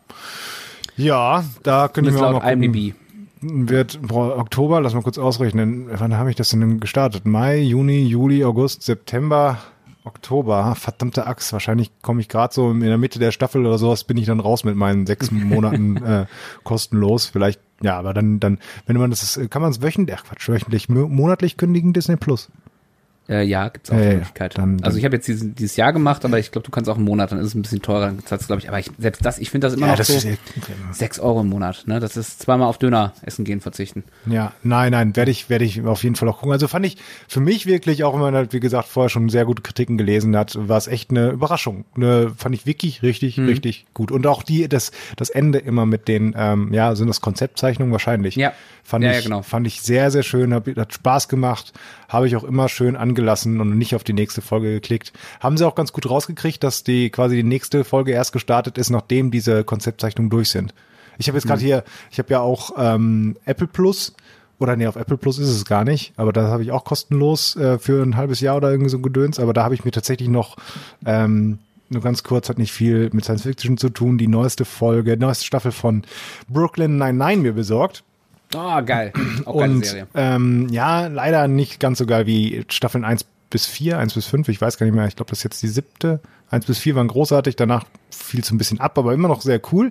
Ja, da können wir auch mal gucken. I M D B. Wird boah, Oktober, lass mal kurz ausrechnen. Wann habe ich das denn gestartet? Mai, Juni, Juli, August, September, Oktober. Verdammte Axt. Wahrscheinlich komme ich gerade so in der Mitte der Staffel oder sowas, bin ich dann raus mit meinen sechs Monaten äh, kostenlos. Vielleicht, ja, aber dann, dann, wenn man das, kann man es wöchentlich, ach Quatsch, wöchentlich, monatlich kündigen, Disney Plus. Äh, ja, gibt's auch äh, die Möglichkeit. Dann, dann. Also ich habe jetzt dieses, dieses Jahr gemacht, aber ich glaube, du kannst auch einen Monat, dann ist es ein bisschen teurer, glaube ich. Aber ich, selbst das, ich finde das immer ja, noch das so ist, sechs Euro im Monat. Ne, das ist zweimal auf Döner essen gehen verzichten. Ja, nein, nein, werde ich, werde ich auf jeden Fall auch gucken. Also fand ich für mich wirklich, auch wenn man halt, wie gesagt, vorher schon sehr gute Kritiken gelesen hat, war es echt eine Überraschung. Eine, fand ich wirklich richtig, mhm. richtig gut. Und auch die, das, das Ende immer mit den, ähm, ja, sind das Konzeptzeichnungen wahrscheinlich. Ja. Fand ja, ich, ja, genau. fand ich sehr, sehr schön, hat, hat Spaß gemacht, habe ich auch immer schön angelassen und nicht auf die nächste Folge geklickt. Haben sie auch ganz gut rausgekriegt, dass die quasi die nächste Folge erst gestartet ist, nachdem diese Konzeptzeichnungen durch sind. Ich habe jetzt gerade mhm. hier, ich habe ja auch ähm, Apple Plus, oder nee, auf Apple Plus ist es gar nicht, aber da habe ich auch kostenlos äh, für ein halbes Jahr oder irgendwie so ein Gedöns, aber da habe ich mir tatsächlich noch ähm, nur ganz kurz, hat nicht viel mit Science Fiction zu tun, die neueste Folge, neueste Staffel von Brooklyn Nine-Nine mir besorgt. Ah, oh, geil. Auch geile und, Serie. Ähm, ja, leider nicht ganz so geil wie Staffeln eins bis vier, eins bis fünf, ich weiß gar nicht mehr, ich glaube, das ist jetzt die siebte. eins bis vier waren großartig, danach fiel es ein bisschen ab, aber immer noch sehr cool.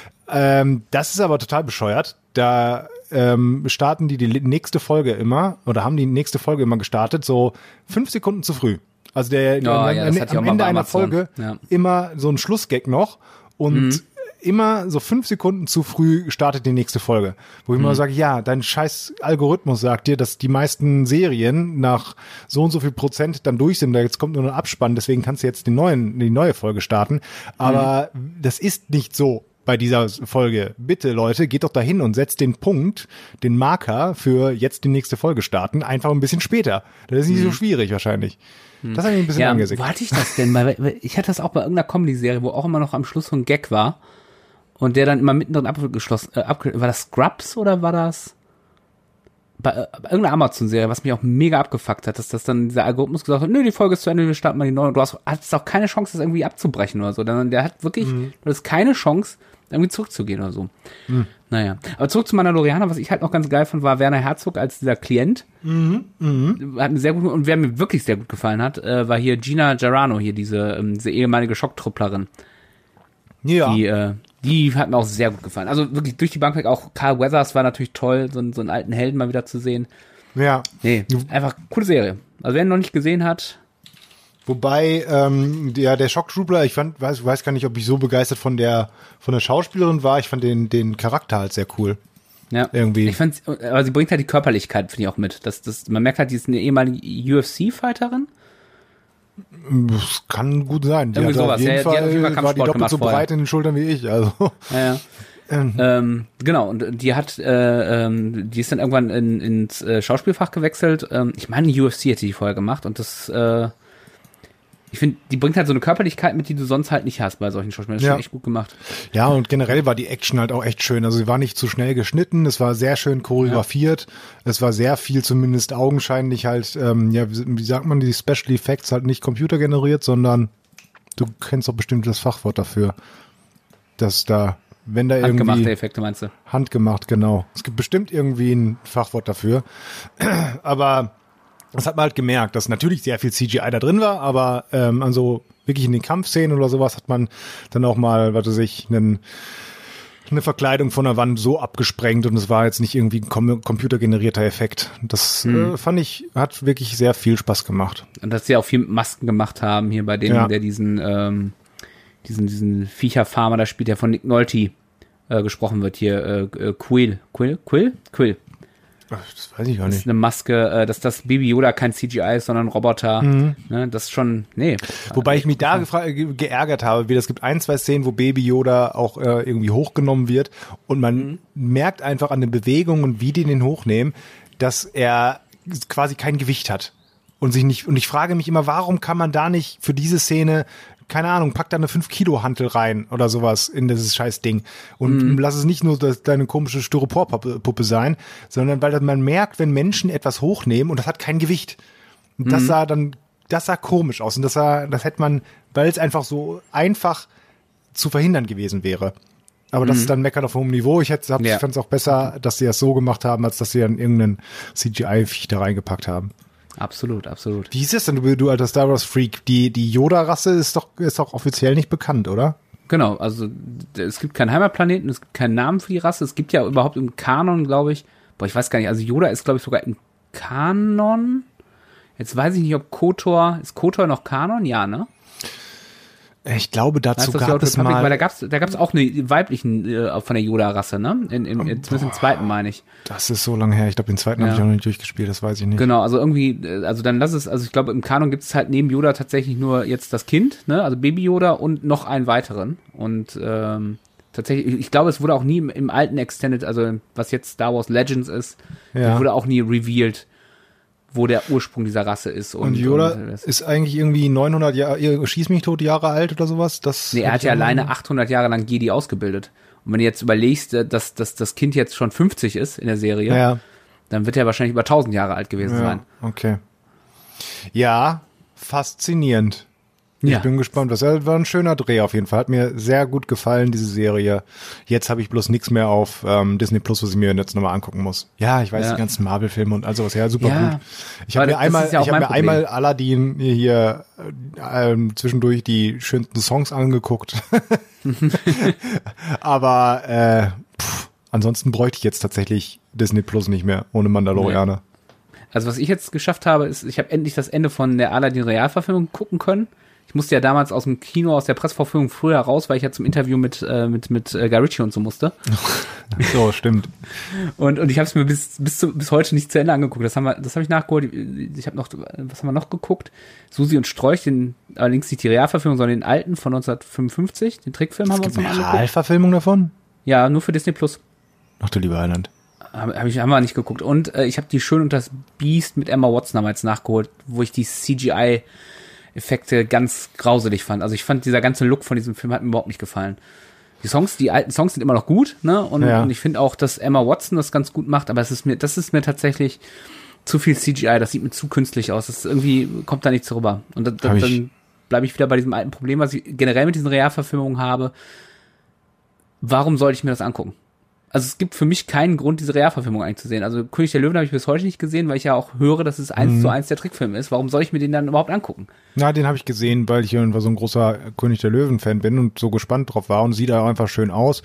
Ähm, das ist aber total bescheuert. Da ähm, starten die die nächste Folge immer, oder haben die nächste Folge immer gestartet, so fünf Sekunden zu früh. Also der, oh, der ja, am, am Ende einer Folge ja. immer so ein Schlussgag noch und mhm. immer so fünf Sekunden zu früh startet die nächste Folge. Wo ich mhm. immer sage, ja, dein scheiß Algorithmus sagt dir, dass die meisten Serien nach so und so viel Prozent dann durch sind. Da jetzt kommt nur ein Abspann, deswegen kannst du jetzt die neuen, die neue Folge starten. Aber mhm. das ist nicht so. bei dieser Folge. Bitte, Leute, geht doch dahin und setzt den Punkt, den Marker für jetzt die nächste Folge starten, einfach ein bisschen später. Das ist nicht mhm. so schwierig wahrscheinlich. Mhm. Das hat mich ein bisschen ja, angesickt. Wo hatte ich das denn? Weil ich hatte das auch bei irgendeiner Comedy-Serie, wo auch immer noch am Schluss so ein Gag war und der dann immer mittendrin abgeschlossen, äh, abge- war das Scrubs oder war das bei, äh, bei irgendeiner Amazon-Serie, was mich auch mega abgefuckt hat, dass das dann dieser Algorithmus gesagt hat, nö, die Folge ist zu Ende, wir starten mal die neue. Und du hast, hattest auch keine Chance, das irgendwie abzubrechen oder so. Dann, der hat wirklich, mhm. du hast keine Chance, irgendwie zurückzugehen oder so. Mhm. Naja. Aber zurück zu Mandalorianer, was ich halt noch ganz geil fand, war Werner Herzog als dieser Klient. Mhm. Mhm. Hat mir sehr gut, und wer mir wirklich sehr gut gefallen hat, äh, war hier Gina Carano, hier diese, ähm, diese ehemalige Schocktrupplerin. Ja. Die, äh, die hat mir auch sehr gut gefallen. Also wirklich durch die Bank weg, auch Carl Weathers war natürlich toll, so, so einen alten Helden mal wieder zu sehen. Ja. Nee, einfach coole Serie. Also wer ihn noch nicht gesehen hat. Wobei, ähm, der, der Shocktroopler, ich fand, weiß, weiß gar nicht, ob ich so begeistert von der, von der Schauspielerin war. Ich fand den, den Charakter halt sehr cool. Ja. Irgendwie. Ich fand, aber sie bringt halt die Körperlichkeit, finde ich auch mit. Das, das, man merkt halt, die ist eine ehemalige U F C-Fighterin. Das kann gut sein. Die Irgendwie hat sowas. auf jeden Ja, Fall, die hat auf jeden Fall war die Kampfsport doppelt so gemacht breit in den Schultern wie ich. Also. Ja, ja. Ähm. Ähm, genau, und die hat, äh, ähm, die ist dann irgendwann in, ins äh, Schauspielfach gewechselt. Ähm, ich meine, U F C hätte die vorher gemacht und das, äh, ich finde, die bringt halt so eine Körperlichkeit mit, die du sonst halt nicht hast bei solchen Schauspielern. Das ist Ja. schon echt gut gemacht. Ja, und generell war die Action halt auch echt schön. Also sie war nicht zu schnell geschnitten, es war sehr schön choreografiert, ja. Es war sehr viel zumindest augenscheinlich halt, ähm, ja, wie, wie sagt man, die Special Effects halt nicht computergeneriert, sondern du kennst doch bestimmt das Fachwort dafür, dass da, wenn da irgendwie... Handgemachte Effekte meinst du? Handgemacht, genau. Es gibt bestimmt irgendwie ein Fachwort dafür. Aber das hat man halt gemerkt, dass natürlich sehr viel C G I da drin war, aber ähm, also wirklich in den Kampfszenen oder sowas hat man dann auch mal, was weiß ich, einen, eine Verkleidung von der Wand so abgesprengt und es war jetzt nicht irgendwie ein com- computergenerierter Effekt. Das mhm. äh, fand ich, hat wirklich sehr viel Spaß gemacht. Und dass sie auch viel mit Masken gemacht haben, hier bei dem, Ja. der diesen, ähm, diesen, diesen Viecherfarmer, da spielt ja von Nick Nolte äh, gesprochen wird hier, äh, äh, Quill. Quill? Quill? Quill. Ach, das weiß ich gar Das nicht. ist eine Maske, äh, dass das Baby Yoda kein C G I ist, sondern ein Roboter. Mhm. Ne, das ist schon, nee. Wobei ich mich da gefra- ge- geärgert habe, wie es gibt ein, zwei Szenen, wo Baby Yoda auch äh, irgendwie hochgenommen wird und man mhm. merkt einfach an den Bewegungen und wie die den hochnehmen, dass er quasi kein Gewicht hat und sich nicht, und ich frage mich immer, warum kann man da nicht für diese Szene, keine Ahnung, pack da eine fünf Kilo Hantel rein oder sowas in dieses scheiß Ding und Mhm. lass es nicht nur das, deine komische Styroporpuppe Puppe sein, sondern weil man merkt, wenn Menschen etwas hochnehmen und das hat kein Gewicht. Und das Mhm. sah dann, das sah komisch aus und das sah, das hätte man, weil es einfach so einfach zu verhindern gewesen wäre. Aber das Mhm. ist dann Meckern auf hohem Niveau. Ich hätte, hab, Ja. ich fand es auch besser, dass sie das so gemacht haben, als dass sie dann irgendeinen C G I-Viech da reingepackt haben. Absolut, absolut. Wie ist es denn, du, du alter Star Wars Freak? Die, die Yoda-Rasse ist doch, ist doch offiziell nicht bekannt, oder? Genau, also d- es gibt keinen Heimatplaneten, es gibt keinen Namen für die Rasse, es gibt ja überhaupt im Kanon, glaube ich, boah, ich weiß gar nicht, also Yoda ist, glaube ich, sogar im Kanon. Jetzt weiß ich nicht, ob KOTOR, ist KOTOR noch Kanon? Ja, ne? Ich glaube, dazu Heißt das gab die Old es Republic? mal... Weil da gab's, da gab's auch eine weiblichen äh, von der Yoda-Rasse, ne? In, in, in, zumindest im zweiten, meine ich. Das ist so lange her. Ich glaube, den zweiten Ja. habe ich auch noch nicht durchgespielt, das weiß ich nicht. Genau, also irgendwie, äh, also dann lass es, also ich glaube, im Kanon gibt es halt neben Yoda tatsächlich nur jetzt das Kind, ne? Also Baby Yoda und noch einen weiteren. Und ähm, tatsächlich, ich glaube, es wurde auch nie im, im alten Extended, also was jetzt Star Wars Legends ist, Ja. wurde auch nie revealed, wo der Ursprung dieser Rasse ist. Und, Und Yoda und, äh, ist eigentlich irgendwie neunhundert Jahre, schieß mich tot Jahre alt oder sowas? Das nee, er hab hat ich ja auch noch- alleine achthundert Jahre lang Jedi ausgebildet. Und wenn du jetzt überlegst, äh, dass, dass das Kind jetzt schon fünfzig ist in der Serie, Ja, dann wird er wahrscheinlich über tausend Jahre alt gewesen ja, sein. okay. Ja, faszinierend. Ich Ja. bin gespannt. Das war ein schöner Dreh auf jeden Fall. Hat mir sehr gut gefallen, diese Serie. Jetzt habe ich bloß nichts mehr auf ähm, Disney Plus, was ich mir jetzt nochmal angucken muss. Ja, ich weiß, Ja. die ganzen Marvel-Filme und all sowas. Ja, super Ja. gut. Ich habe Aber mir das einmal, ist ja auch ich habe mein mir einmal Aladdin hier äh, ähm, zwischendurch die schönsten Songs angeguckt. Aber äh, pff, ansonsten bräuchte ich jetzt tatsächlich Disney Plus nicht mehr ohne Mandalorianer. Also was ich jetzt geschafft habe, ist, ich habe endlich das Ende von der Aladdin Realverfilmung gucken können. Ich ich musste ja damals aus dem Kino, aus der Pressevorführung früher raus, weil ich ja zum Interview mit äh, mit mit äh, Guy Ritchie und so musste. So, stimmt. Und und ich habe es mir bis bis zu, bis heute nicht zu Ende angeguckt. Das haben wir, das habe ich nachgeholt. Ich habe noch, was haben wir noch geguckt? Susi und Strolch, den allerdings nicht die Realverfilmung, sondern den alten von neunzehnhundertfünfundfünfzig, den Trickfilm haben wir uns noch angeguckt. Realverfilmung davon? Ja, nur für Disney Plus. Ach du lieber Heiland. Hab, hab ich, haben wir nicht geguckt. Und äh, ich habe die Schön und das Biest mit Emma Watson damals nachgeholt, wo ich die C G I-Effekte ganz grauselig fand. Also ich fand, dieser ganze Look von diesem Film hat mir überhaupt nicht gefallen. Die Songs, die alten Songs sind immer noch gut, ne? Und, ja. und ich finde auch, dass Emma Watson das ganz gut macht, aber es ist mir, das ist mir tatsächlich zu viel C G I, das sieht mir zu künstlich aus. Das irgendwie kommt da nichts rüber. Und da, da, dann bleibe ich wieder bei diesem alten Problem, was ich generell mit diesen Realverfilmungen habe. Warum sollte ich mir das angucken? Also es gibt für mich keinen Grund, diese Realverfilmung eigentlich zu sehen. Also König der Löwen habe ich bis heute nicht gesehen, weil ich ja auch höre, dass es eins mhm. zu eins der Trickfilm ist. Warum soll ich mir den dann überhaupt angucken? Na, den habe ich gesehen, weil ich irgendwann so ein großer König der Löwen-Fan bin und so gespannt drauf war und sieht auch einfach schön aus.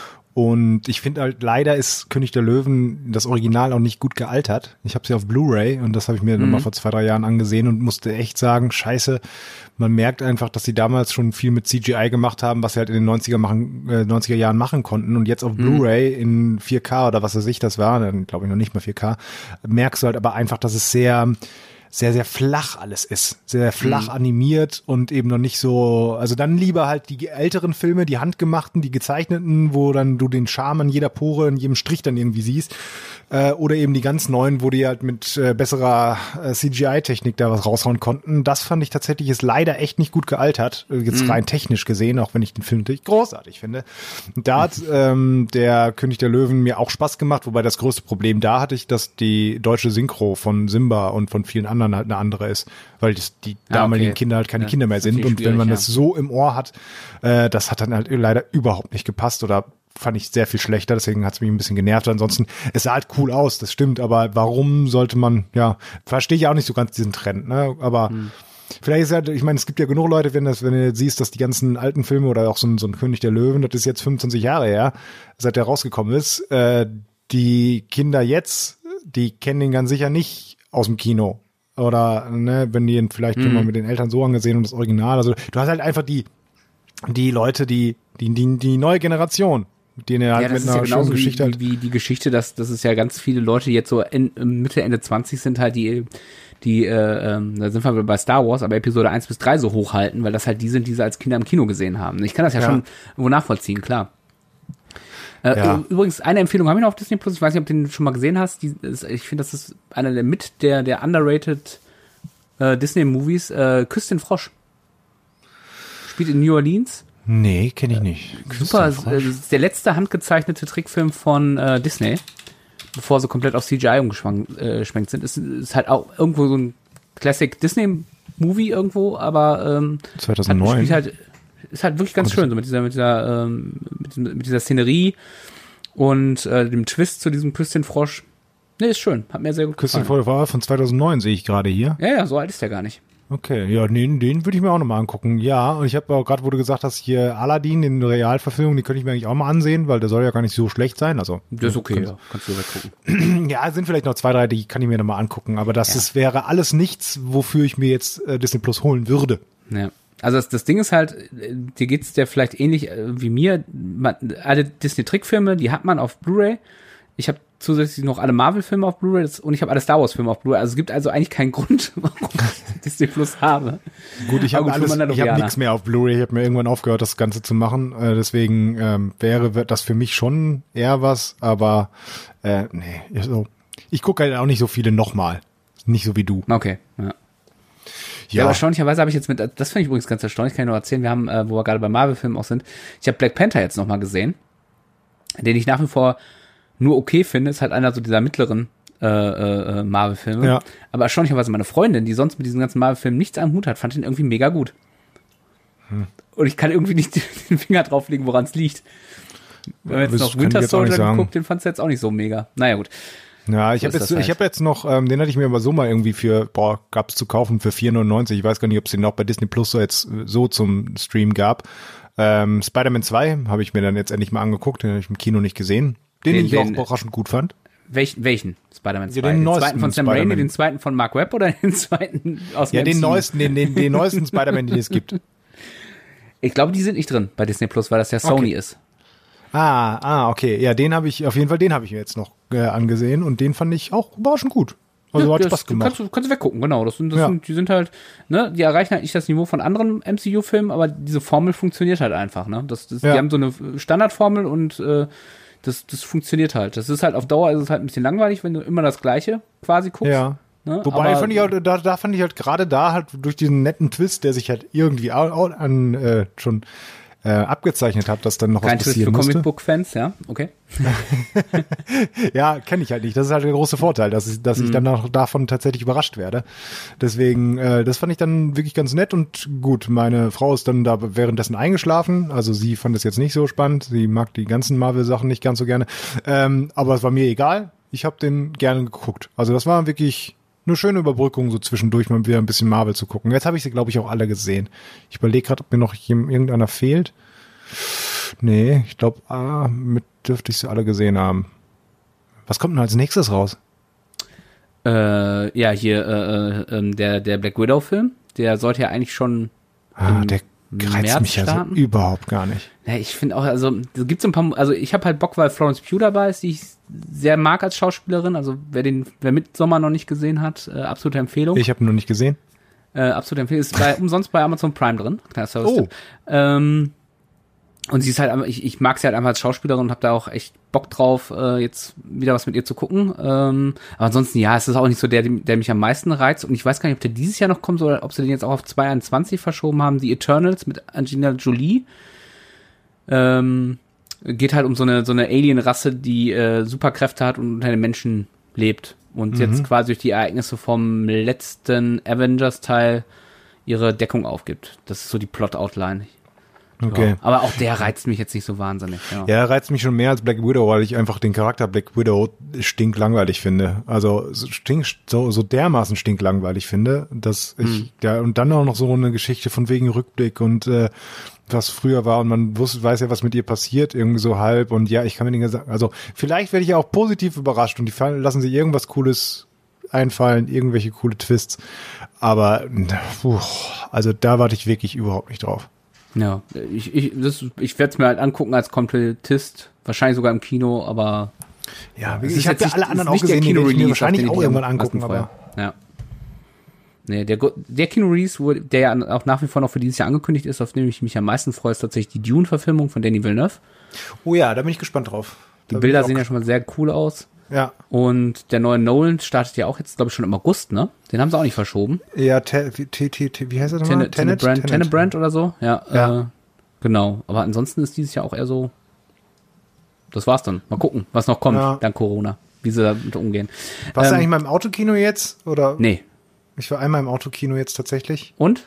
Und ich finde halt, leider ist König der Löwen, das Original, auch nicht gut gealtert. Ich habe sie auf Blu-ray und das habe ich mir mhm. nochmal vor zwei, drei Jahren angesehen und musste echt sagen, scheiße, man merkt einfach, dass sie damals schon viel mit C G I gemacht haben, was sie halt in den neunziger, machen, äh, neunziger Jahren machen konnten. Und jetzt auf mhm. Blu-ray in vier K oder was weiß ich das war, dann glaube ich noch nicht mal vier K, merkst du halt aber einfach, dass es sehr... sehr, sehr flach alles ist. Sehr, sehr flach mhm. animiert und eben noch nicht so, also dann lieber halt die älteren Filme, die handgemachten, die gezeichneten, wo dann du den Charme an jeder Pore, in jedem Strich dann irgendwie siehst. Äh, oder eben die ganz neuen, wo die halt mit äh, besserer äh, C G I-Technik da was raushauen konnten. Das fand ich tatsächlich ist leider echt nicht gut gealtert. Äh, jetzt mhm. rein technisch gesehen, auch wenn ich den Film natürlich großartig finde. Und da hat ähm, der König der Löwen mir auch Spaß gemacht, wobei das größte Problem da hatte ich, dass die deutsche Synchro von Simba und von vielen anderen halt eine andere ist, weil das, die ah, damaligen okay. Kinder halt keine ja, Kinder mehr sind. Und wenn man ja. das so im Ohr hat, äh, das hat dann halt leider überhaupt nicht gepasst oder fand ich sehr viel schlechter, deswegen hat es mich ein bisschen genervt. Ansonsten, es sah halt cool aus, das stimmt, aber warum sollte man, ja, verstehe ich auch nicht so ganz diesen Trend, ne? Aber hm. vielleicht ist ja, ich meine, es gibt ja genug Leute, wenn das, wenn du jetzt siehst, dass die ganzen alten Filme oder auch so ein, so ein König der Löwen, das ist jetzt fünfundzwanzig Jahre her, seit der rausgekommen ist, äh, die Kinder jetzt, die kennen den ganz sicher nicht aus dem Kino. Oder, ne, wenn die ihn vielleicht schon mal mit den Eltern so angesehen und das Original, also du hast halt einfach die, die Leute, die, die, die, die neue Generation, die halt ja, das mit ist einer ja genauso schönen Geschichte wie, halt. wie die Geschichte, dass, dass es ja ganz viele Leute, die jetzt so in, Mitte, Ende zwanzig sind, halt die, die, äh, ähm, da sind wir bei Star Wars, aber Episode eins bis drei so hochhalten, weil das halt die sind, die sie als Kinder im Kino gesehen haben. Ich kann das ja, ja. schon irgendwo nachvollziehen, klar. Äh, ja. Übrigens, eine Empfehlung habe ich noch auf Disney Plus, ich weiß nicht, ob du den schon mal gesehen hast, die ist, ich finde, das ist einer der mit der, der underrated äh, Disney-Movies, äh, Küss den Frosch. Spielt in New Orleans. Nee, kenne ich nicht. Äh, super, das ist der letzte handgezeichnete Trickfilm von äh, Disney, bevor sie komplett auf C G I umgeschwenkt äh, sind. Ist, ist halt auch irgendwo so ein Classic Disney-Movie irgendwo, aber ähm, zweitausendneun. Hat, halt, ist halt wirklich ganz schön, so mit dieser, mit dieser, ähm, mit, mit dieser Szenerie und äh, dem Twist zu diesem Küss den Frosch. Nee, ist schön. Hat mir sehr gut gefallen. Küss den Frosch von zweitausendneun sehe ich gerade hier. Ja, ja, so alt ist der gar nicht. Okay, ja, den, den würde ich mir auch nochmal angucken. Ja, und ich habe auch gerade, wo du gesagt hast, hier Aladdin, den Realverfilmung, die könnte ich mir eigentlich auch mal ansehen, weil der soll ja gar nicht so schlecht sein. Also das ist okay, kannst, ja. Kannst du weggucken. Ja, sind vielleicht noch zwei, drei, die kann ich mir nochmal angucken. Aber das ja. ist, wäre alles nichts, wofür ich mir jetzt äh, Disney Plus holen würde. Ja. Also das, das Ding ist halt, dir geht's ja vielleicht ähnlich äh, wie mir. Man, alle Disney-Trickfilme, die hat man auf Blu-ray. Ich habe zusätzlich noch alle Marvel-Filme auf Blu-ray und ich habe alle Star Wars-Filme auf Blu-ray. Also es gibt also eigentlich keinen Grund, warum ich Disney Plus habe. Gut, ich habe alles, ich habe nichts mehr auf Blu-ray. Ich habe mir irgendwann aufgehört, das Ganze zu machen. Äh, deswegen ähm, wäre das für mich schon eher was. Aber äh, nee, so. Ich gucke halt auch nicht so viele nochmal. Nicht so wie du. Okay, ja. Ja, ja, aber erstaunlicherweise habe ich jetzt mit, das finde ich übrigens ganz erstaunlich, kann ich noch erzählen, wir haben, äh, wo wir gerade bei Marvel-Filmen auch sind, ich habe Black Panther jetzt nochmal gesehen, den ich nach wie vor nur okay finde, ist halt einer so dieser mittleren äh, äh, Marvel-Filme. Ja. Aber erstaunlicherweise meine Freundin, die sonst mit diesen ganzen Marvel-Filmen nichts am Hut hat, fand den irgendwie mega gut. Hm. Und ich kann irgendwie nicht den Finger drauflegen, woran es liegt. Wenn man jetzt noch Winter Soldier geguckt, den fand es jetzt auch nicht so mega. Naja, gut. Ja, ich so habe jetzt, halt. ich habe jetzt noch, ähm, den hatte ich mir aber so mal irgendwie für, boah, gab's zu kaufen für vier neunundneunzig. Ich weiß gar nicht, ob es den auch bei Disney Plus so jetzt so zum Stream gab. Ähm, Spider-Man zwei habe ich mir dann jetzt endlich mal angeguckt, den habe ich im Kino nicht gesehen. Den, den ich auch den, überraschend gut fand. Welchen, welchen Spider-Man zwei? Ja, den, den neuesten zweiten von Sam Spider-Man. Raimi, den zweiten von Mark Webb oder den zweiten aus dem Ja, den M C U? neuesten, den, den, den neuesten Spider-Man, den es gibt. Ich glaube, die sind nicht drin bei Disney Plus, weil das ja Sony Okay. ist. Ah, ah, okay. Ja, den habe ich, auf jeden Fall, den habe ich mir jetzt noch äh, angesehen und den fand ich auch überraschend gut. Also Ja, hat das Spaß gemacht. Kannst du, kannst du weggucken, genau. Das sind, das Ja. sind, die sind halt, ne, die erreichen halt nicht das Niveau von anderen M C U-Filmen, aber diese Formel funktioniert halt einfach, ne? Das, das, Ja. Die haben so eine Standardformel und äh, das, das funktioniert halt. Das ist halt auf Dauer ist es halt ein bisschen langweilig, wenn du immer das Gleiche quasi guckst. Ja. Ne? Wobei aber, fand ich halt, da, da fand ich halt gerade da halt durch diesen netten Twist, der sich halt irgendwie auch, auch an äh, schon äh, abgezeichnet hat, dass dann noch kein was Twist passieren für musste. Comicbook-Fans, ja, okay. Ja, kenne ich halt nicht. Das ist halt der große Vorteil, dass ich, dass ich Mhm. dann auch davon tatsächlich überrascht werde. Deswegen, äh, das fand ich dann wirklich ganz nett und gut. Meine Frau ist dann da währenddessen eingeschlafen. Also sie fand es jetzt nicht so spannend. Sie mag die ganzen Marvel-Sachen nicht ganz so gerne. Ähm, aber es war mir egal. Ich habe den gerne geguckt. Also das war wirklich eine schöne Überbrückung, so zwischendurch mal wieder ein bisschen Marvel zu gucken. Jetzt habe ich sie, glaube ich, auch alle gesehen. Ich überlege gerade, ob mir noch jem- irgendeiner fehlt. Nee, ich glaube, ah, mit dürfte ich sie alle gesehen haben. Was kommt denn als nächstes raus? Äh, ja, hier äh, äh, ähm, der, der Black Widow-Film, der sollte ja eigentlich schon Ah, im der reizt März mich ja so starten. überhaupt gar nicht. Ja, ich finde auch, also es gibt so ein paar, also ich habe halt Bock, weil Florence Pugh dabei ist, die ich sehr mag als Schauspielerin. Also wer den, wer Midsommar noch nicht gesehen hat, äh, absolute Empfehlung. Ich habe ihn noch nicht gesehen. Äh, absolute Empfehlung. Ist bei, umsonst bei Amazon Prime drin. Kleiner Service. Oh. Ähm, und sie ist halt, einfach- ich, ich mag sie halt einfach als Schauspielerin und habe da auch echt Bock drauf, äh, jetzt wieder was mit ihr zu gucken. Ähm, aber ansonsten, ja, es ist auch nicht so der, der mich am meisten reizt. Und ich weiß gar nicht, ob der dieses Jahr noch kommt oder ob sie den jetzt auch auf zwanzig einundzwanzig verschoben haben. Die Eternals mit Angelina Jolie. Ähm, geht halt um so eine, so eine Alien-Rasse, die äh, Superkräfte hat und unter den Menschen lebt. Und jetzt quasi durch die Ereignisse vom letzten Avengers-Teil ihre Deckung aufgibt. Das ist so die Plot-Outline. Okay. Ja, aber auch der reizt mich jetzt nicht so wahnsinnig. Ja. Ja, er reizt mich schon mehr als Black Widow, weil ich einfach den Charakter Black Widow stinklangweilig finde. Also so stink, so, so dermaßen stinklangweilig finde, dass ich, Mhm. ja, und dann auch noch so eine Geschichte von wegen Rückblick und äh, was früher war und man wusste, weiß ja, was mit ihr passiert, irgendwie so halb und ja, ich kann mir den sagen, also vielleicht werde ich ja auch positiv überrascht und die fallen, lassen sich irgendwas Cooles einfallen, irgendwelche coole Twists, aber puh, also da warte ich wirklich überhaupt nicht drauf. Ja, ich, ich, das- ich werde es mir halt angucken als Komplettist, wahrscheinlich sogar im Kino, aber Ja, es ich ist habe jetzt ja nicht- alle es anderen ist auch nicht der gesehen, die werde ich mir Kino-Release, wahrscheinlich auf den auch ich irgendwann am meisten angucken, aber freue. Ja. Nee, der, Go- der Kino-Release, wo- der ja auch nach wie vor noch für dieses Jahr angekündigt ist, auf den ich mich am meisten freue, ist tatsächlich die Dune-Verfilmung von Danny Villeneuve. oh ja, da bin ich gespannt drauf. Die Da bin Bilder ich auch sehen ja schon mal sehr cool aus. Ja, Und der neue Nolan startet ja auch jetzt, glaube ich, schon im August, ne? Den haben sie auch nicht verschoben. ja, te, te, te, te, wie heißt das nochmal? Tenet, Tenet, Tenet Brand oder so. Ja, Ja. Äh, genau. Aber ansonsten ist dieses Jahr auch eher so, das war's dann. Mal gucken, was noch kommt, Ja. dank Corona. Wie sie damit umgehen. Warst du Ähm, eigentlich mal im Autokino jetzt? Oder? Nee. Ich war einmal im Autokino jetzt tatsächlich. Und?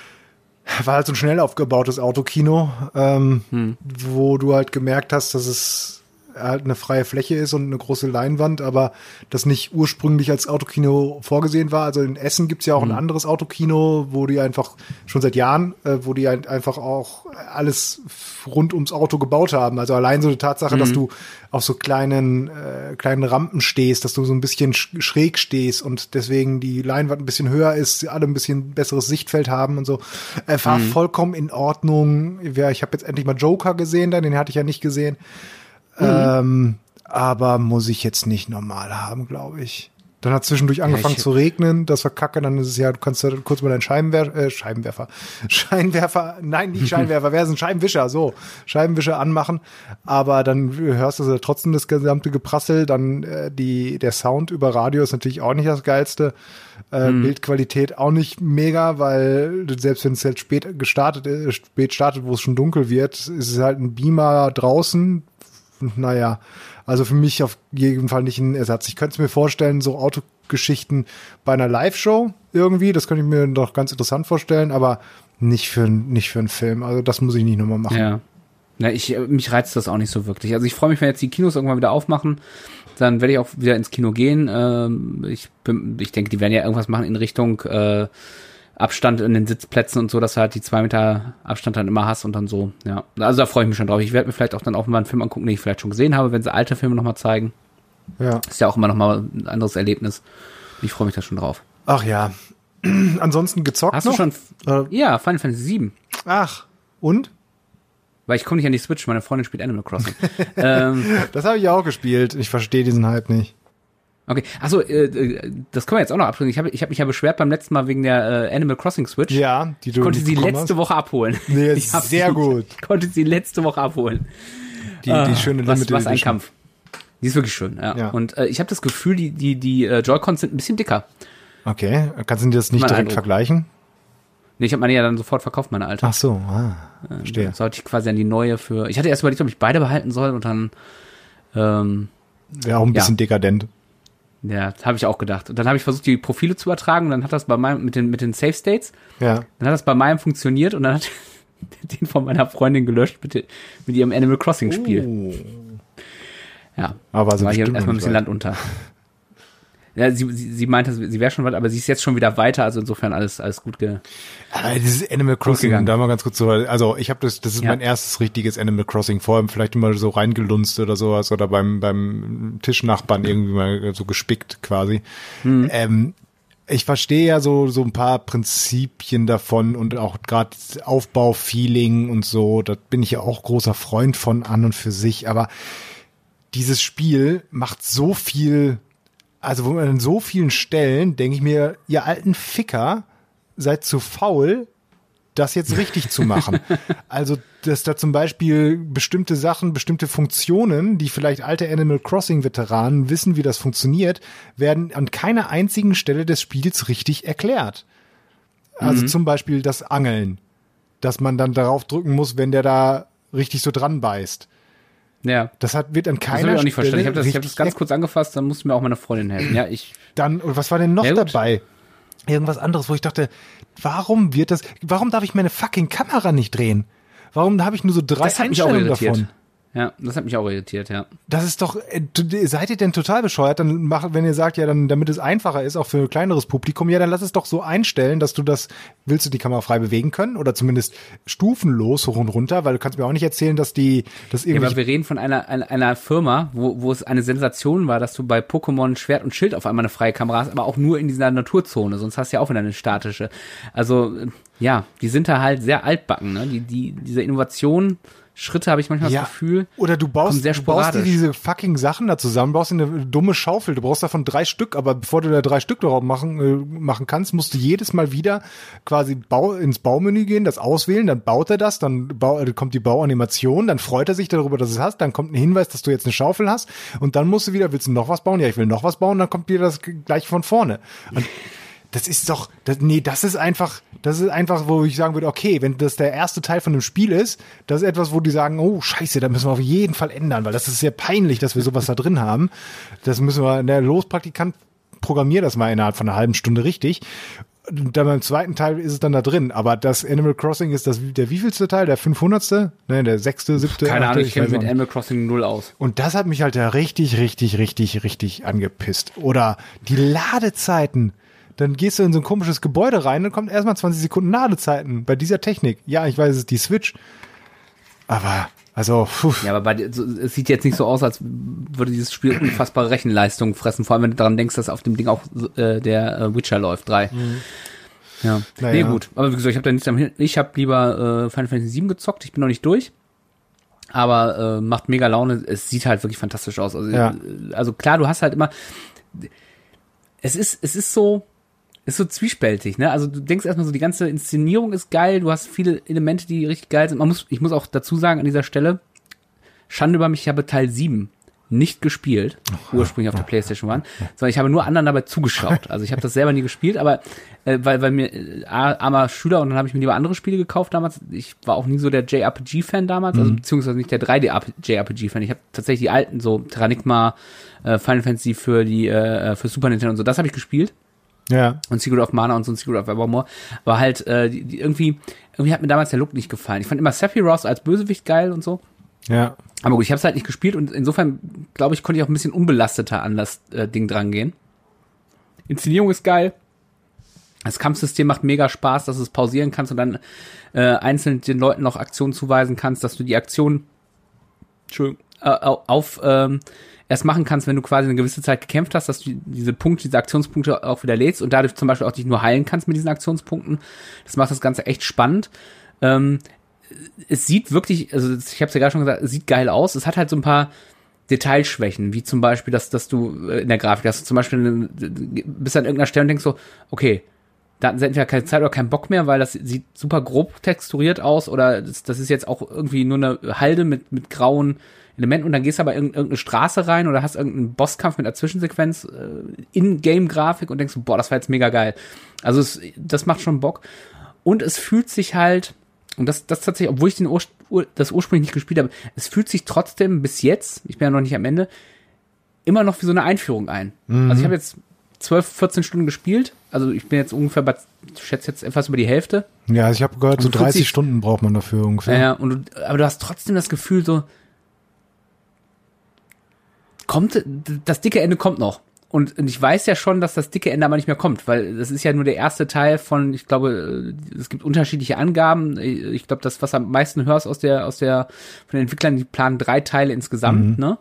War halt so ein schnell aufgebautes Autokino, ähm, Hm. wo du halt gemerkt hast, dass es halt eine freie Fläche ist und eine große Leinwand, aber das nicht ursprünglich als Autokino vorgesehen war. Also in Essen gibt's ja auch ein anderes Autokino, wo die einfach schon seit Jahren, äh, wo die halt einfach auch alles rund ums Auto gebaut haben. Also allein so die Tatsache, dass du auf so kleinen äh, kleinen Rampen stehst, dass du so ein bisschen sch- schräg stehst und deswegen die Leinwand ein bisschen höher ist, alle ein bisschen besseres Sichtfeld haben und so. Äh, war vollkommen in Ordnung. Ja, ich habe jetzt endlich mal Joker gesehen, dann den hatte ich ja nicht gesehen. Ähm, aber muss ich jetzt nicht normal haben, glaube ich. Dann hat zwischendurch angefangen ich- zu regnen, das war kacke, dann ist es ja, du kannst da kurz mal deinen Scheibenwerfer, äh, Scheibenwerfer, Scheinwerfer, nein, nicht Scheinwerfer, wer ist ein Scheibenwischer, so, Scheibenwischer anmachen, aber dann hörst du ja trotzdem das gesamte Geprassel, dann äh, die, der Sound über Radio ist natürlich auch nicht das Geilste, äh, Bildqualität auch nicht mega, weil selbst wenn es halt spät gestartet ist, spät startet, wo es schon dunkel wird, ist es halt ein Beamer draußen. Naja, also für mich auf jeden Fall nicht ein Ersatz. Ich könnte es mir vorstellen, so Autogeschichten bei einer Live-Show irgendwie, das könnte ich mir doch ganz interessant vorstellen, aber nicht für, nicht für einen Film. Also das muss ich nicht nochmal machen. Ja. Ja, ich, äh, mich reizt das auch nicht so wirklich. Also ich freue mich, wenn jetzt die Kinos irgendwann wieder aufmachen, dann werde ich auch wieder ins Kino gehen. Ähm, ich, bin, ich denke, die werden ja irgendwas machen in Richtung äh, Abstand in den Sitzplätzen und so, dass du halt die zwei Meter Abstand dann immer hast und dann so, ja. Also da freue ich mich schon drauf. Ich werde mir vielleicht auch dann auch mal einen Film angucken, den ich vielleicht schon gesehen habe, wenn sie alte Filme nochmal zeigen. Ja. Ist ja auch immer noch mal ein anderes Erlebnis. Ich freue mich da schon drauf. Ach ja. Ansonsten gezockt Hast noch? du schon? Äh, ja, Final Fantasy sieben. Ach, und? Weil ich komme nicht an die Switch, meine Freundin spielt Animal Crossing. ähm, das habe ich auch gespielt. Ich verstehe diesen Hype nicht. Okay, achso, äh, das können wir jetzt auch noch abschließen. Ich habe ich hab mich ja beschwert beim letzten Mal wegen der äh, Animal Crossing Switch. Ja, die du Ich konnte sie letzte hast. Woche abholen. Nee, ich hab sehr sie, gut. Ich konnte sie letzte Woche abholen. Die, ah, die schöne was, Limited was ein Edition. Kampf. Die ist wirklich schön, ja. Ja. Und äh, ich habe das Gefühl, die, die, die äh, Joy-Cons sind ein bisschen dicker. Okay, kannst du dir das nicht Mein direkt Eindruck. vergleichen? Nee, ich habe meine ja dann sofort verkauft, meine alte. Ach so, ah, verstehe. So hatte ich quasi an die neue für. Ich hatte erst überlegt, ob ich beide behalten soll und dann ähm, Wäre auch ein bisschen ja. dekadent. Ja, habe ich auch gedacht. Und dann habe ich versucht, die Profile zu übertragen und dann hat das bei meinem, mit den, mit den Save States, Ja. dann hat das bei meinem funktioniert und dann hat den von meiner Freundin gelöscht mit, mit ihrem Animal Crossing Spiel. Oh. Ja. Aber also war hier bestimmt erstmal ein nicht bisschen weit. Land unter. Ja, sie, sie, sie meinte, sie wäre schon weit, aber sie ist jetzt schon wieder weiter, also insofern alles, alles gut ge. Aber dieses Animal Crossing, gegangen. da mal ganz kurz so, also ich habe das, das ist Ja. mein erstes richtiges Animal Crossing, vorher vielleicht immer so reingelunzt oder sowas oder beim beim Tischnachbarn irgendwie mal so gespickt quasi. Mhm. Ähm, ich verstehe ja so so ein paar Prinzipien davon und auch gerade Aufbaufeeling und so, da bin ich ja auch großer Freund von an und für sich, aber dieses Spiel macht so viel, also wo man an so vielen Stellen denke ich mir, ihr alten Ficker seid zu faul, das jetzt richtig zu machen. Also, dass da zum Beispiel bestimmte Sachen, bestimmte Funktionen, die vielleicht alte Animal Crossing-Veteranen wissen, wie das funktioniert, werden an keiner einzigen Stelle des Spiels richtig erklärt. Also Mhm. zum Beispiel das Angeln, dass man dann darauf drücken muss, wenn der da richtig so dran beißt. Ja. Das hat, wird an Das keiner habe ich auch nicht Stelle verstanden. Ich habe das, ich hab richtig das ganz kurz angefasst, dann musste mir auch meine Freundin helfen. Ja, ich. Dann, und was war denn noch Ja, gut. dabei? Irgendwas anderes, wo ich dachte, warum wird das, warum darf ich meine fucking Kamera nicht drehen? Warum habe ich nur so drei Das hat mich auch Einstellungen irritiert. davon? Ja, das hat mich auch irritiert, ja. Das ist doch, äh, du- seid ihr denn total bescheuert? Dann macht, wenn ihr sagt, ja, dann, damit es einfacher ist, auch für ein kleineres Publikum, ja, dann lass es doch so einstellen, dass du das, willst du die Kamera frei bewegen können? Oder zumindest stufenlos hoch und runter, weil du kannst mir auch nicht erzählen, dass die, dass Ja, irgendwie, aber wir reden von einer, einer, einer Firma, wo, wo es eine Sensation war, dass du bei Pokémon Schwert und Schild auf einmal eine freie Kamera hast, aber auch nur in dieser Naturzone, sonst hast du ja auch wieder eine statische. Also, äh, ja, die sind da halt sehr altbacken, ne? Die, die, diese Innovation, Schritte habe ich manchmal ja, das Gefühl. oder du baust, kommen sehr du baust dir sporadisch. diese fucking Sachen da zusammen, brauchst dir eine dumme Schaufel, du brauchst davon drei Stück, aber bevor du da drei Stück drauf machen, äh, machen kannst, musst du jedes Mal wieder quasi Bau, ins Baumenü gehen, das auswählen, dann baut er das, dann bau, äh, kommt die Bauanimation, dann freut er sich darüber, dass du es hast, dann kommt ein Hinweis, dass du jetzt eine Schaufel hast und dann musst du wieder, willst du noch was bauen? Ja, ich will noch was bauen, dann kommt wieder das gleich von vorne. Und das ist doch, das, nee, das ist einfach, das ist einfach, wo ich sagen würde, okay, wenn das der erste Teil von dem Spiel ist, das ist etwas, wo die sagen, oh, scheiße, da müssen wir auf jeden Fall ändern, weil das ist sehr peinlich, dass wir sowas da drin haben. Das müssen wir, der Lospraktikant, programmier das mal innerhalb von einer halben Stunde richtig. Und dann beim zweiten Teil ist es dann da drin, aber das Animal Crossing ist das, der wievielste Teil? Der fünfhundertste? Ne, der sechste, siebte? Keine achte, Ahnung, ich kenne weiß mich auch mit nicht. Animal Crossing null aus. Und das hat mich halt da richtig, richtig, richtig, richtig angepisst. Oder die Ladezeiten. Dann gehst du in so ein komisches Gebäude rein und kommt erstmal zwanzig Sekunden Ladezeiten bei dieser Technik. Ja, ich weiß, es ist die Switch. Aber, also, puh. Ja, aber bei, dir- so, es sieht jetzt nicht so aus, als würde dieses Spiel unfassbare Rechenleistung fressen, vor allem wenn du daran denkst, dass auf dem Ding auch äh, der äh, Witcher läuft, drei. Ja, Naja. nee, gut. Aber wie gesagt, ich habe da nichts am Hin. Ich habe lieber äh, Final Fantasy sieben gezockt, ich bin noch nicht durch. Aber äh, macht mega Laune, es sieht halt wirklich fantastisch aus. Also, Ja. äh, also klar, du hast halt immer, es ist, es ist so, ist so zwiespältig, ne? Also du denkst erstmal so, die ganze Inszenierung ist geil, du hast viele Elemente, die richtig geil sind. Man muss, ich muss auch dazu sagen an dieser Stelle, Schande über mich, ich habe Teil sieben nicht gespielt, ursprünglich auf der PlayStation One, sondern ich habe nur anderen dabei zugeschaut. Also ich habe das selber nie gespielt, aber äh, weil, weil mir äh, armer Schüler und dann habe ich mir lieber andere Spiele gekauft damals. Ich war auch nie so der J R P G-Fan damals, also beziehungsweise nicht der drei D J R P G-Fan. Ich habe tatsächlich die alten, so Terranigma, äh, Final Fantasy für die äh, für Super Nintendo und so, das habe ich gespielt. Ja. Und Secret of Mana und so ein Secret of Evermore. Aber halt, äh, die, die irgendwie, irgendwie hat mir damals der Look nicht gefallen. Ich fand immer Sephiroth als Bösewicht geil und so. Ja. Aber gut, ich habe es halt nicht gespielt und insofern, glaube ich, konnte ich auch ein bisschen unbelasteter an das äh, Ding drangehen. Inszenierung ist geil. Das Kampfsystem macht mega Spaß, dass du es pausieren kannst und dann äh, einzeln den Leuten noch Aktionen zuweisen kannst, dass du die Aktion Entschuldigung, äh, auf ähm, erst machen kannst, wenn du quasi eine gewisse Zeit gekämpft hast, dass du diese Punkte, diese Aktionspunkte auch wieder lädst und dadurch zum Beispiel auch dich nur heilen kannst mit diesen Aktionspunkten. Das macht das Ganze echt spannend. Ähm, es sieht wirklich, also ich habe es ja gerade schon gesagt, es sieht geil aus. Es hat halt so ein paar Detailschwächen, wie zum Beispiel, dass, dass du in der Grafik, dass du zum Beispiel eine, bist an irgendeiner Stelle und denkst so, okay, da hatten sie entweder keine Zeit oder keinen Bock mehr, weil das sieht super grob texturiert aus oder das, das ist jetzt auch irgendwie nur eine Halde mit, mit grauen Elementen und dann gehst du aber in irgendeine Straße rein oder hast irgendeinen Bosskampf mit einer Zwischensequenz äh, in-Game-Grafik und denkst, boah, das war jetzt mega geil. Also es, das macht schon Bock. Und es fühlt sich halt, und das, das tatsächlich, obwohl ich den Ur, Ur, das ursprünglich nicht gespielt habe, es fühlt sich trotzdem bis jetzt, ich bin ja noch nicht am Ende, immer noch wie so eine Einführung ein. Mhm. Also ich habe jetzt zwölf, vierzehn Stunden gespielt, also ich bin jetzt ungefähr bei, ich schätze jetzt etwas über die Hälfte. Ja, ich habe gehört, so dreißig sich, Stunden braucht man dafür ungefähr. Ja, und du, aber du hast trotzdem das Gefühl so, kommt, das dicke Ende kommt noch. Und ich weiß ja schon, dass das dicke Ende aber nicht mehr kommt, weil das ist ja nur der erste Teil von, ich glaube, es gibt unterschiedliche Angaben. Ich glaube, das, was am meisten hörst aus der, aus der, von den Entwicklern, die planen drei Teile insgesamt, mhm. ne?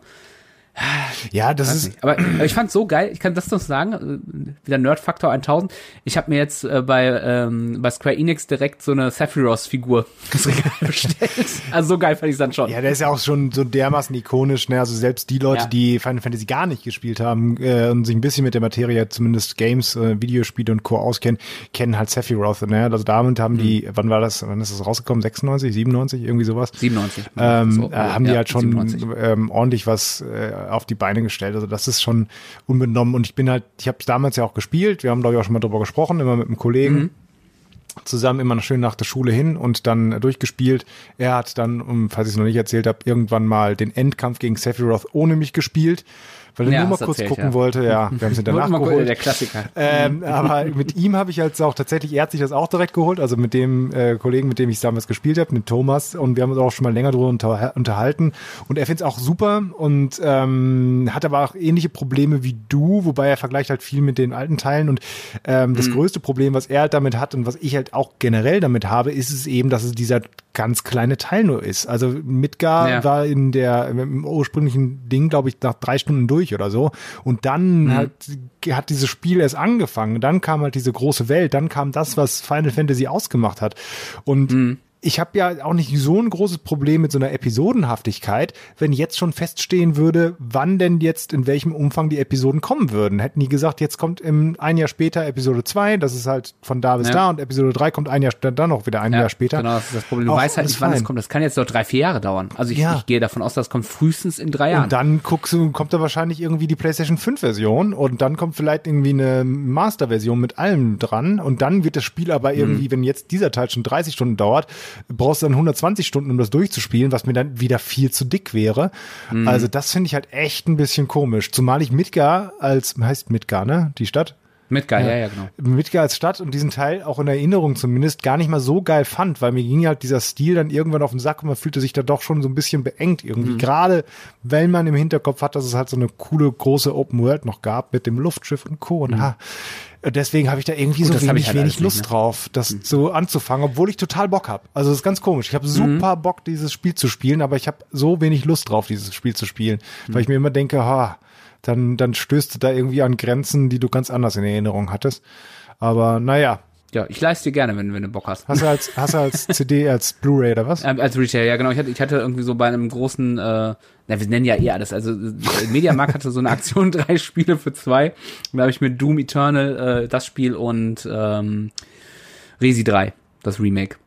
Ja, das ist. Nicht. Aber, aber ich fand's so geil. Ich kann das noch sagen. Wieder Nerd-Faktor tausend. Ich habe mir jetzt äh, bei ähm, bei Square Enix direkt so eine Sephiroth-Figur ins Regal bestellt. Also so geil fand ich dann schon. Ja, der ist ja auch schon so dermaßen ikonisch. Ne? Also selbst die Leute, ja. die Final Fantasy gar nicht gespielt haben äh, und sich ein bisschen mit der Materie, zumindest Games, äh, Videospiele und Co. auskennen, kennen halt Sephiroth. Ne? Also damit haben mhm. die, wann war das? Wann ist das rausgekommen? sechsundneunzig, siebenundneunzig, irgendwie sowas? siebenundneunzig. Ähm, so, äh, haben ja, die halt schon ähm, ordentlich was äh, auf die Beine gestellt. Also das ist schon unbenommen. Und ich bin halt, ich habe es damals ja auch gespielt. Wir haben, glaube ich, auch schon mal drüber gesprochen, immer mit einem Kollegen. Mhm. Zusammen immer schön nach der Schule hin und dann durchgespielt. Er hat dann, um, falls ich es noch nicht erzählt habe, irgendwann mal den Endkampf gegen Sephiroth ohne mich gespielt, weil er ja, nur mal kurz erzählt, gucken ja. wollte. Ja, wir haben es danach geholt. Der Klassiker. Ähm, aber mit ihm habe ich halt auch tatsächlich, er hat sich das auch direkt geholt, also mit dem äh, Kollegen, mit dem ich damals gespielt habe, mit Thomas, und wir haben uns auch schon mal länger drüber unter, unterhalten und er findet es auch super und ähm, hat aber auch ähnliche Probleme wie du, wobei er vergleicht halt viel mit den alten Teilen und ähm, das mhm. größte Problem, was er halt damit hat und was ich halt auch generell damit habe, ist es eben, dass es dieser ganz kleine Teil nur ist. Also Midgar ja. war in der im ursprünglichen Ding, glaube ich, nach drei Stunden durch oder so. Und dann mhm. hat, hat dieses Spiel erst angefangen. Dann kam halt diese große Welt. Dann kam das, was Final Fantasy ausgemacht hat. Und mhm. ich habe ja auch nicht so ein großes Problem mit so einer Episodenhaftigkeit, wenn jetzt schon feststehen würde, wann denn jetzt in welchem Umfang die Episoden kommen würden. Hätten die gesagt, jetzt kommt im, ein Jahr später Episode zwei, das ist halt von da bis ja. da, und Episode drei kommt ein Jahr dann noch wieder ein ja, Jahr später. Genau, das ist das Problem. Du auch weißt halt nicht, wann es kommt. Das kann jetzt doch drei, vier Jahre dauern. Also ich, ja. ich gehe davon aus, das kommt frühestens in drei Jahren. Und dann guckst du, kommt da wahrscheinlich irgendwie die PlayStation fünf Version und dann kommt vielleicht irgendwie eine Master-Version mit allem dran und dann wird das Spiel aber irgendwie, mhm. wenn jetzt dieser Teil schon dreißig Stunden dauert, brauchst du dann hundertzwanzig Stunden, um das durchzuspielen, was mir dann wieder viel zu dick wäre. Mhm. Also das finde ich halt echt ein bisschen komisch. Zumal ich Midgar als, heißt Midgar, ne? Die Stadt? Midgar, ja, ja, genau. Midgar als Stadt und diesen Teil auch in Erinnerung zumindest gar nicht mal so geil fand, weil mir ging halt dieser Stil dann irgendwann auf den Sack und man fühlte sich da doch schon so ein bisschen beengt irgendwie. Mhm. Gerade wenn man im Hinterkopf hat, dass es halt so eine coole, große Open World noch gab mit dem Luftschiff und Co. Und mhm. ha, deswegen habe ich da irgendwie Gut, so wenig, halt wenig Lust nicht, ne? drauf, das mhm. so anzufangen, obwohl ich total Bock habe. Also das ist ganz komisch. Ich habe super mhm. Bock, dieses Spiel zu spielen, aber ich habe so wenig Lust drauf, dieses Spiel zu spielen, mhm. weil ich mir immer denke, ha, dann, dann stößt du da irgendwie an Grenzen, die du ganz anders in Erinnerung hattest. Aber naja. Ja, ich leiste dir gerne, wenn, wenn du Bock hast. Hast du als, hast du als C D, als Blu-ray oder was? Ähm, als Retail, ja genau. Ich hatte, ich hatte irgendwie so bei einem großen, äh, na, wir nennen ja eh alles. Also Mediamarkt hatte so eine Aktion, drei Spiele für zwei. Und da habe ich mir Doom Eternal, äh, das Spiel, und ähm, Resi drei, das Remake.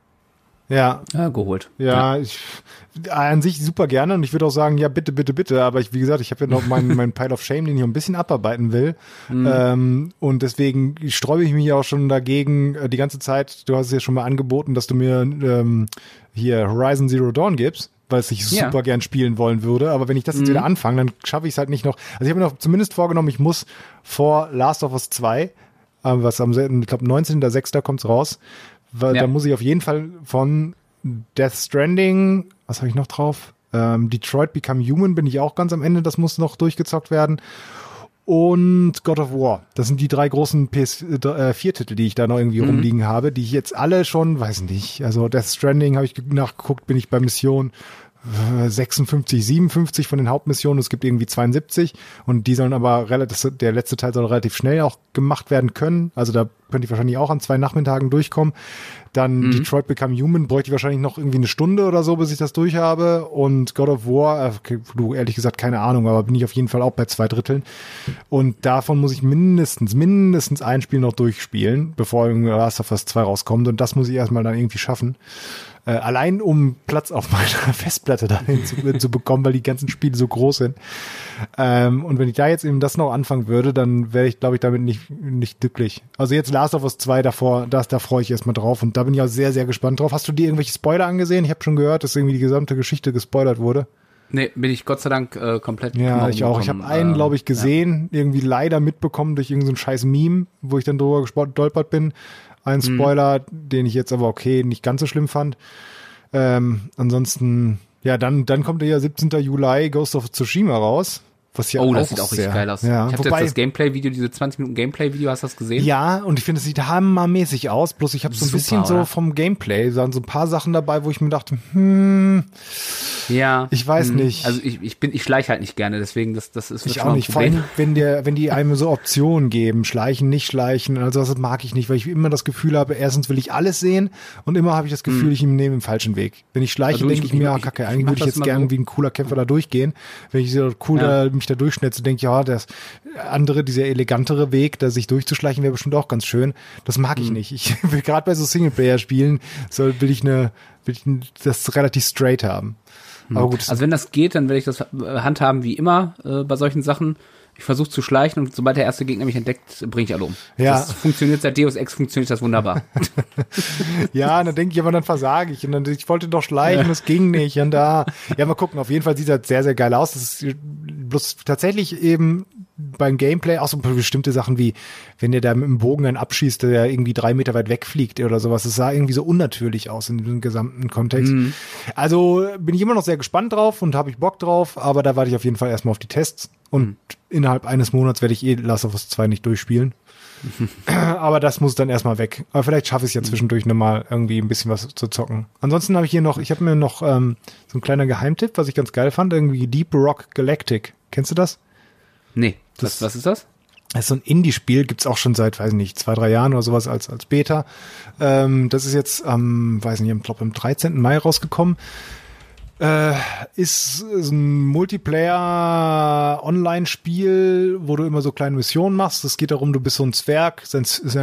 Ja. ja, geholt. Ja, ja, ich an sich super gerne und ich würde auch sagen, ja, bitte, bitte, bitte, aber ich, wie gesagt, ich habe ja noch meinen mein Pile of Shame, den ich ein bisschen abarbeiten will, mhm. ähm, und deswegen sträube ich mich auch schon dagegen äh, die ganze Zeit. Du hast es ja schon mal angeboten, dass du mir ähm, hier Horizon Zero Dawn gibst, weil ich ja. super gern spielen wollen würde, aber wenn ich das jetzt mhm. wieder anfange, dann schaffe ich es halt nicht noch. Also ich habe mir noch zumindest vorgenommen, ich muss vor Last of Us zwei, äh, was am, ich glaube, neunzehnter sechster kommt's raus, weil ja. da muss ich auf jeden Fall von Death Stranding, was habe ich noch drauf? Ähm, Detroit Become Human bin ich auch ganz am Ende, das muss noch durchgezockt werden. Und God of War. Das sind die drei großen P S vier Titel, die ich da noch irgendwie mhm. rumliegen habe, die ich jetzt alle schon, weiß nicht, also Death Stranding habe ich nachgeguckt, bin ich bei Mission sechsundfünfzig, siebenundfünfzig von den Hauptmissionen. Es gibt irgendwie zweiundsiebzig und die sollen aber relativ, der letzte Teil soll relativ schnell auch gemacht werden können. Also da könnte ich wahrscheinlich auch an zwei Nachmittagen durchkommen. Dann mhm. Detroit Become Human bräuchte ich wahrscheinlich noch irgendwie eine Stunde oder so, bis ich das durch habe. Und God of War, okay, du, ehrlich gesagt, keine Ahnung, aber bin ich auf jeden Fall auch bei zwei Dritteln. Und davon muss ich mindestens, mindestens ein Spiel noch durchspielen, bevor irgendwie Last of Us zwei rauskommt. Und das muss ich erstmal dann irgendwie schaffen. Äh, allein um Platz auf meiner Festplatte dahin zu, zu bekommen, weil die ganzen Spiele so groß sind. Ähm, und wenn ich da jetzt eben das noch anfangen würde, dann wäre ich, glaube ich, damit nicht nicht glücklich. Also jetzt Last of Us zwei davor, das, da freue ich erstmal drauf und da bin ich auch sehr, sehr gespannt drauf. Hast du dir irgendwelche Spoiler angesehen? Ich habe schon gehört, dass irgendwie die gesamte Geschichte gespoilert wurde. Nee, bin ich Gott sei Dank äh, komplett Ja, ich auch. Ich habe einen, glaube ich, gesehen, ja. irgendwie leider mitbekommen durch irgendein so scheiß Meme, wo ich dann drüber gestolpert bin. Ein Spoiler, mhm. den ich jetzt aber okay, nicht ganz so schlimm fand. Ähm, ansonsten, ja, dann, dann kommt ja siebzehnten Juli Ghost of Tsushima raus. Was ja oh, auch das sieht auch sehr, richtig geil aus. Ja, ich habe jetzt das Gameplay-Video, diese zwanzig Minuten Gameplay-Video, hast du das gesehen? Ja, und ich finde, es sieht hammermäßig aus. Bloß ich habe so ein Super, bisschen so oder? vom Gameplay, so ein paar Sachen dabei, wo ich mir dachte, hm, ja, ich weiß mh. nicht. Also ich, ich bin, ich schleiche halt nicht gerne, deswegen das, das ist ich auch nicht. Vor allem, wenn der, wenn die einem so Optionen geben, schleichen, nicht schleichen, also das mag ich nicht, weil ich immer das Gefühl habe, erstens will ich alles sehen und immer habe ich das Gefühl, mhm. ich nehme den falschen Weg. Wenn ich schleiche, also denke ich, ich mir, ich, ah, kacke, ich, eigentlich würde ich jetzt gerne so. wie ein cooler Kämpfer da durchgehen. Wenn ich so cool ja. da, mich da durchschnetze, denke ich, ja, das andere, dieser elegantere Weg, da sich durchzuschleichen, wäre bestimmt auch ganz schön. Das mag mhm. ich nicht. Ich will gerade bei so Singleplayer-Spielen, so will ich eine, will ich das relativ straight haben. Aber gut. Also wenn das geht, dann werde ich das handhaben wie immer äh, bei solchen Sachen. Ich versuche zu schleichen und sobald der erste Gegner mich entdeckt, bringe ich alle um. Ja. Das funktioniert seit Deus Ex, funktioniert das wunderbar. Ja, dann denke ich aber, dann versage ich. Und dann, ich wollte doch schleichen, ja. das ging nicht. Und da, ja, mal gucken. Auf jeden Fall sieht das sehr, sehr geil aus. Das ist bloß tatsächlich eben beim Gameplay auch so bestimmte Sachen wie, wenn der da mit dem Bogen einen abschießt, der irgendwie drei Meter weit wegfliegt oder sowas. Das sah irgendwie so unnatürlich aus in dem gesamten Kontext. Mhm. Also bin ich immer noch sehr gespannt drauf und habe ich Bock drauf, aber da warte ich auf jeden Fall erstmal auf die Tests. Und mhm. innerhalb eines Monats werde ich eh Last of Us zwei nicht durchspielen. Aber das muss dann erstmal weg. Aber vielleicht schaffe ich es ja zwischendurch nochmal irgendwie ein bisschen was zu zocken. Ansonsten habe ich hier noch, ich habe mir noch ähm, so ein kleiner Geheimtipp, was ich ganz geil fand, irgendwie Deep Rock Galactic. Kennst du das? Nee. Das, was, was ist das? Das ist so ein Indie-Spiel, gibt's auch schon seit, weiß nicht, zwei, drei Jahren oder sowas als als Beta. Ähm, das ist jetzt am, weiß nicht, ich glaube am dreizehnten Mai rausgekommen. Äh, ist, ist ein Multiplayer-Online-Spiel, wo du immer so kleine Missionen machst. Es geht darum, du bist so ein Zwerg, ist ein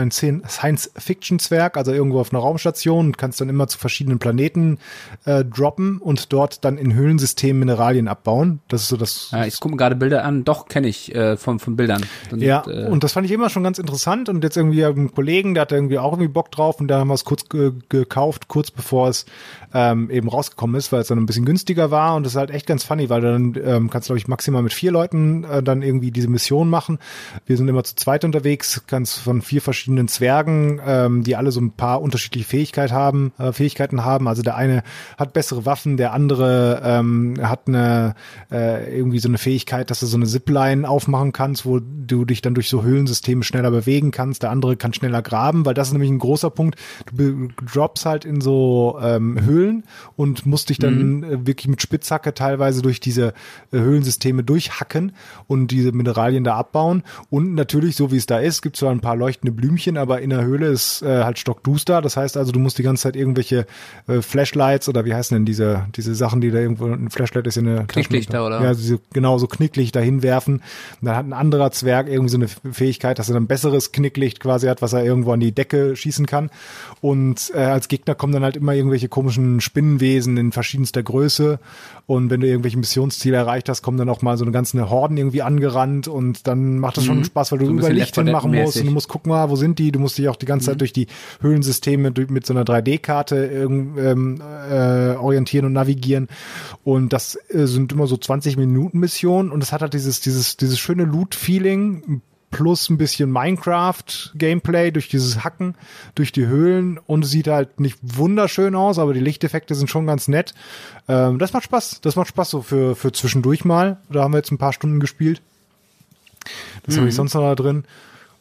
Science-Fiction-Zwerg, also irgendwo auf einer Raumstation und kannst dann immer zu verschiedenen Planeten äh, droppen und dort dann in Höhlensystemen Mineralien abbauen. Das ist so das. Ja, ich gucke mir gerade Bilder an. Doch, kenne ich äh, von, von Bildern. Und, ja, äh, und das fand ich immer schon ganz interessant. Und jetzt irgendwie einen Kollegen, der hatte irgendwie auch irgendwie Bock drauf und da haben wir es kurz ge- gekauft, kurz bevor es ähm, eben rausgekommen ist, weil es dann ein bisschen günstiger war und das ist halt echt ganz funny, weil dann ähm, kannst du, glaube ich, maximal mit vier Leuten äh, dann irgendwie diese Mission machen. Wir sind immer zu zweit unterwegs, kannst von vier verschiedenen Zwergen, ähm, die alle so ein paar unterschiedliche Fähigkeit haben, äh, Fähigkeiten haben. Also der eine hat bessere Waffen, der andere ähm, hat eine äh, irgendwie so eine Fähigkeit, dass du so eine Zipline aufmachen kannst, wo du dich dann durch so Höhlensysteme schneller bewegen kannst. Der andere kann schneller graben, weil das ist nämlich ein großer Punkt. Du droppst halt in so ähm, Höhlen und musst dich dann mhm. wirklich mit Spitzhacke teilweise durch diese äh, Höhlensysteme durchhacken und diese Mineralien da abbauen. Und natürlich, so wie es da ist, gibt es zwar ein paar leuchtende Blümchen, aber in der Höhle ist äh, halt stockduster. Das heißt also, du musst die ganze Zeit irgendwelche äh, Flashlights oder wie heißen denn diese diese Sachen, die da irgendwo, ein Flashlight ist ja eine Knicklichter, oder? Ja, diese, genau, so Knicklichter hinwerfen. Und dann hat ein anderer Zwerg irgendwie so eine Fähigkeit, dass er ein besseres Knicklicht quasi hat, was er irgendwo an die Decke schießen kann. Und äh, als Gegner kommen dann halt immer irgendwelche komischen Spinnenwesen in verschiedenster Größe und wenn du irgendwelche Missionsziele erreicht hast, kommen dann auch mal so eine ganze Horden irgendwie angerannt und dann macht das schon mhm. Spaß, weil du so über Licht hinmachen musst und du musst gucken, ah, wo sind die, du musst dich auch die ganze mhm. Zeit durch die Höhlensysteme durch, mit so einer drei D-Karte ähm, äh, orientieren und navigieren und das äh, sind immer so zwanzig Minuten Missionen und es hat halt dieses dieses dieses schöne Loot-Feeling plus ein bisschen Minecraft-Gameplay durch dieses Hacken, durch die Höhlen und es sieht halt nicht wunderschön aus, aber die Lichteffekte sind schon ganz nett. Ähm, das macht Spaß, das macht Spaß so für, für zwischendurch mal. Da haben wir jetzt ein paar Stunden gespielt. Das mhm. habe ich sonst noch da drin.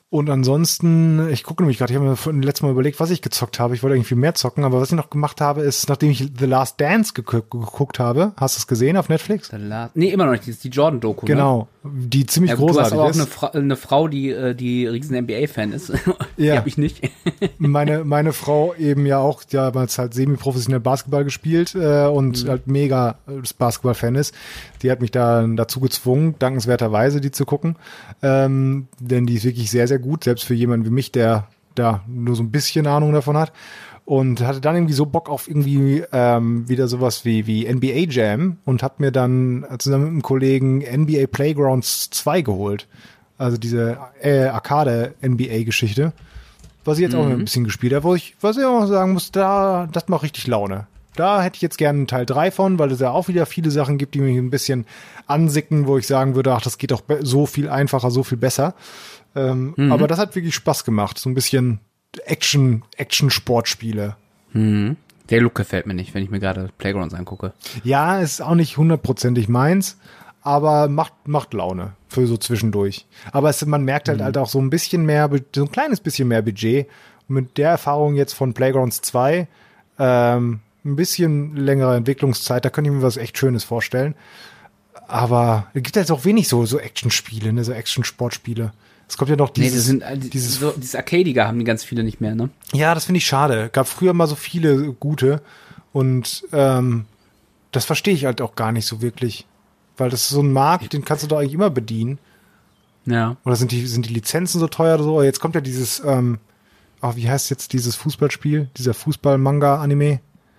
Und ansonsten, ich gucke nämlich gerade, ich habe mir vorhin letztes Mal überlegt, was ich gezockt habe. Ich wollte eigentlich viel mehr zocken, aber was ich noch gemacht habe, ist, nachdem ich The Last Dance geguckt, geguckt habe, hast du es gesehen auf Netflix? The Last, nee, immer noch nicht, das ist die Jordan-Doku. Genau, ne? Die ziemlich ja, großartig ist. Du hast aber ist. auch eine, Fra- eine Frau, die, die riesen N B A-Fan ist. Die ja. habe ich nicht. meine, meine Frau eben ja auch damals halt semi-professionell Basketball gespielt äh, und mhm. halt mega Basketball-Fan ist. Die hat mich da dazu gezwungen, dankenswerterweise die zu gucken. Ähm, denn die ist wirklich sehr, sehr gut, selbst für jemanden wie mich, der da nur so ein bisschen Ahnung davon hat. Und hatte dann irgendwie so Bock auf irgendwie ähm, wieder sowas wie, wie N B A Jam und hab mir dann zusammen mit einem Kollegen N B A Playgrounds zwei geholt. Also diese äh, Arcade-N B A-Geschichte. Was ich jetzt mhm. auch ein bisschen gespielt habe, wo ich, was ich auch sagen muss, da, das macht richtig Laune. Da hätte ich jetzt gerne einen Teil drei von, weil es ja auch wieder viele Sachen gibt, die mich ein bisschen ansicken, wo ich sagen würde, ach, das geht doch so viel einfacher, so viel besser. Ähm, mhm. Aber das hat wirklich Spaß gemacht. So ein bisschen Action, Action-Sportspiele. Mhm. Der Look gefällt mir nicht, wenn ich mir gerade Playgrounds angucke. Ja, ist auch nicht hundertprozentig meins, aber macht, macht Laune für so zwischendurch. Aber es, man merkt halt, mhm. halt auch so ein bisschen mehr, so ein kleines bisschen mehr Budget. Und mit der Erfahrung jetzt von Playgrounds zwei, ähm, ein bisschen längere Entwicklungszeit, da könnte ich mir was echt Schönes vorstellen. Aber es gibt jetzt auch wenig so, so Action-Spiele, ne, so Action-Sportspiele. Es kommt ja noch dieses, nee, das sind, dieses, so, dieses Arcadiger haben die ganz viele nicht mehr, ne? Ja, das finde ich schade. Gab früher mal so viele gute und ähm, das verstehe ich halt auch gar nicht so wirklich. Weil das ist so ein Markt, den kannst du doch eigentlich immer bedienen. Ja. Oder sind die, sind die Lizenzen so teuer oder so? Jetzt kommt ja dieses, ähm, ach, wie heißt jetzt dieses Fußballspiel? Dieser Fußball-Manga-Anime?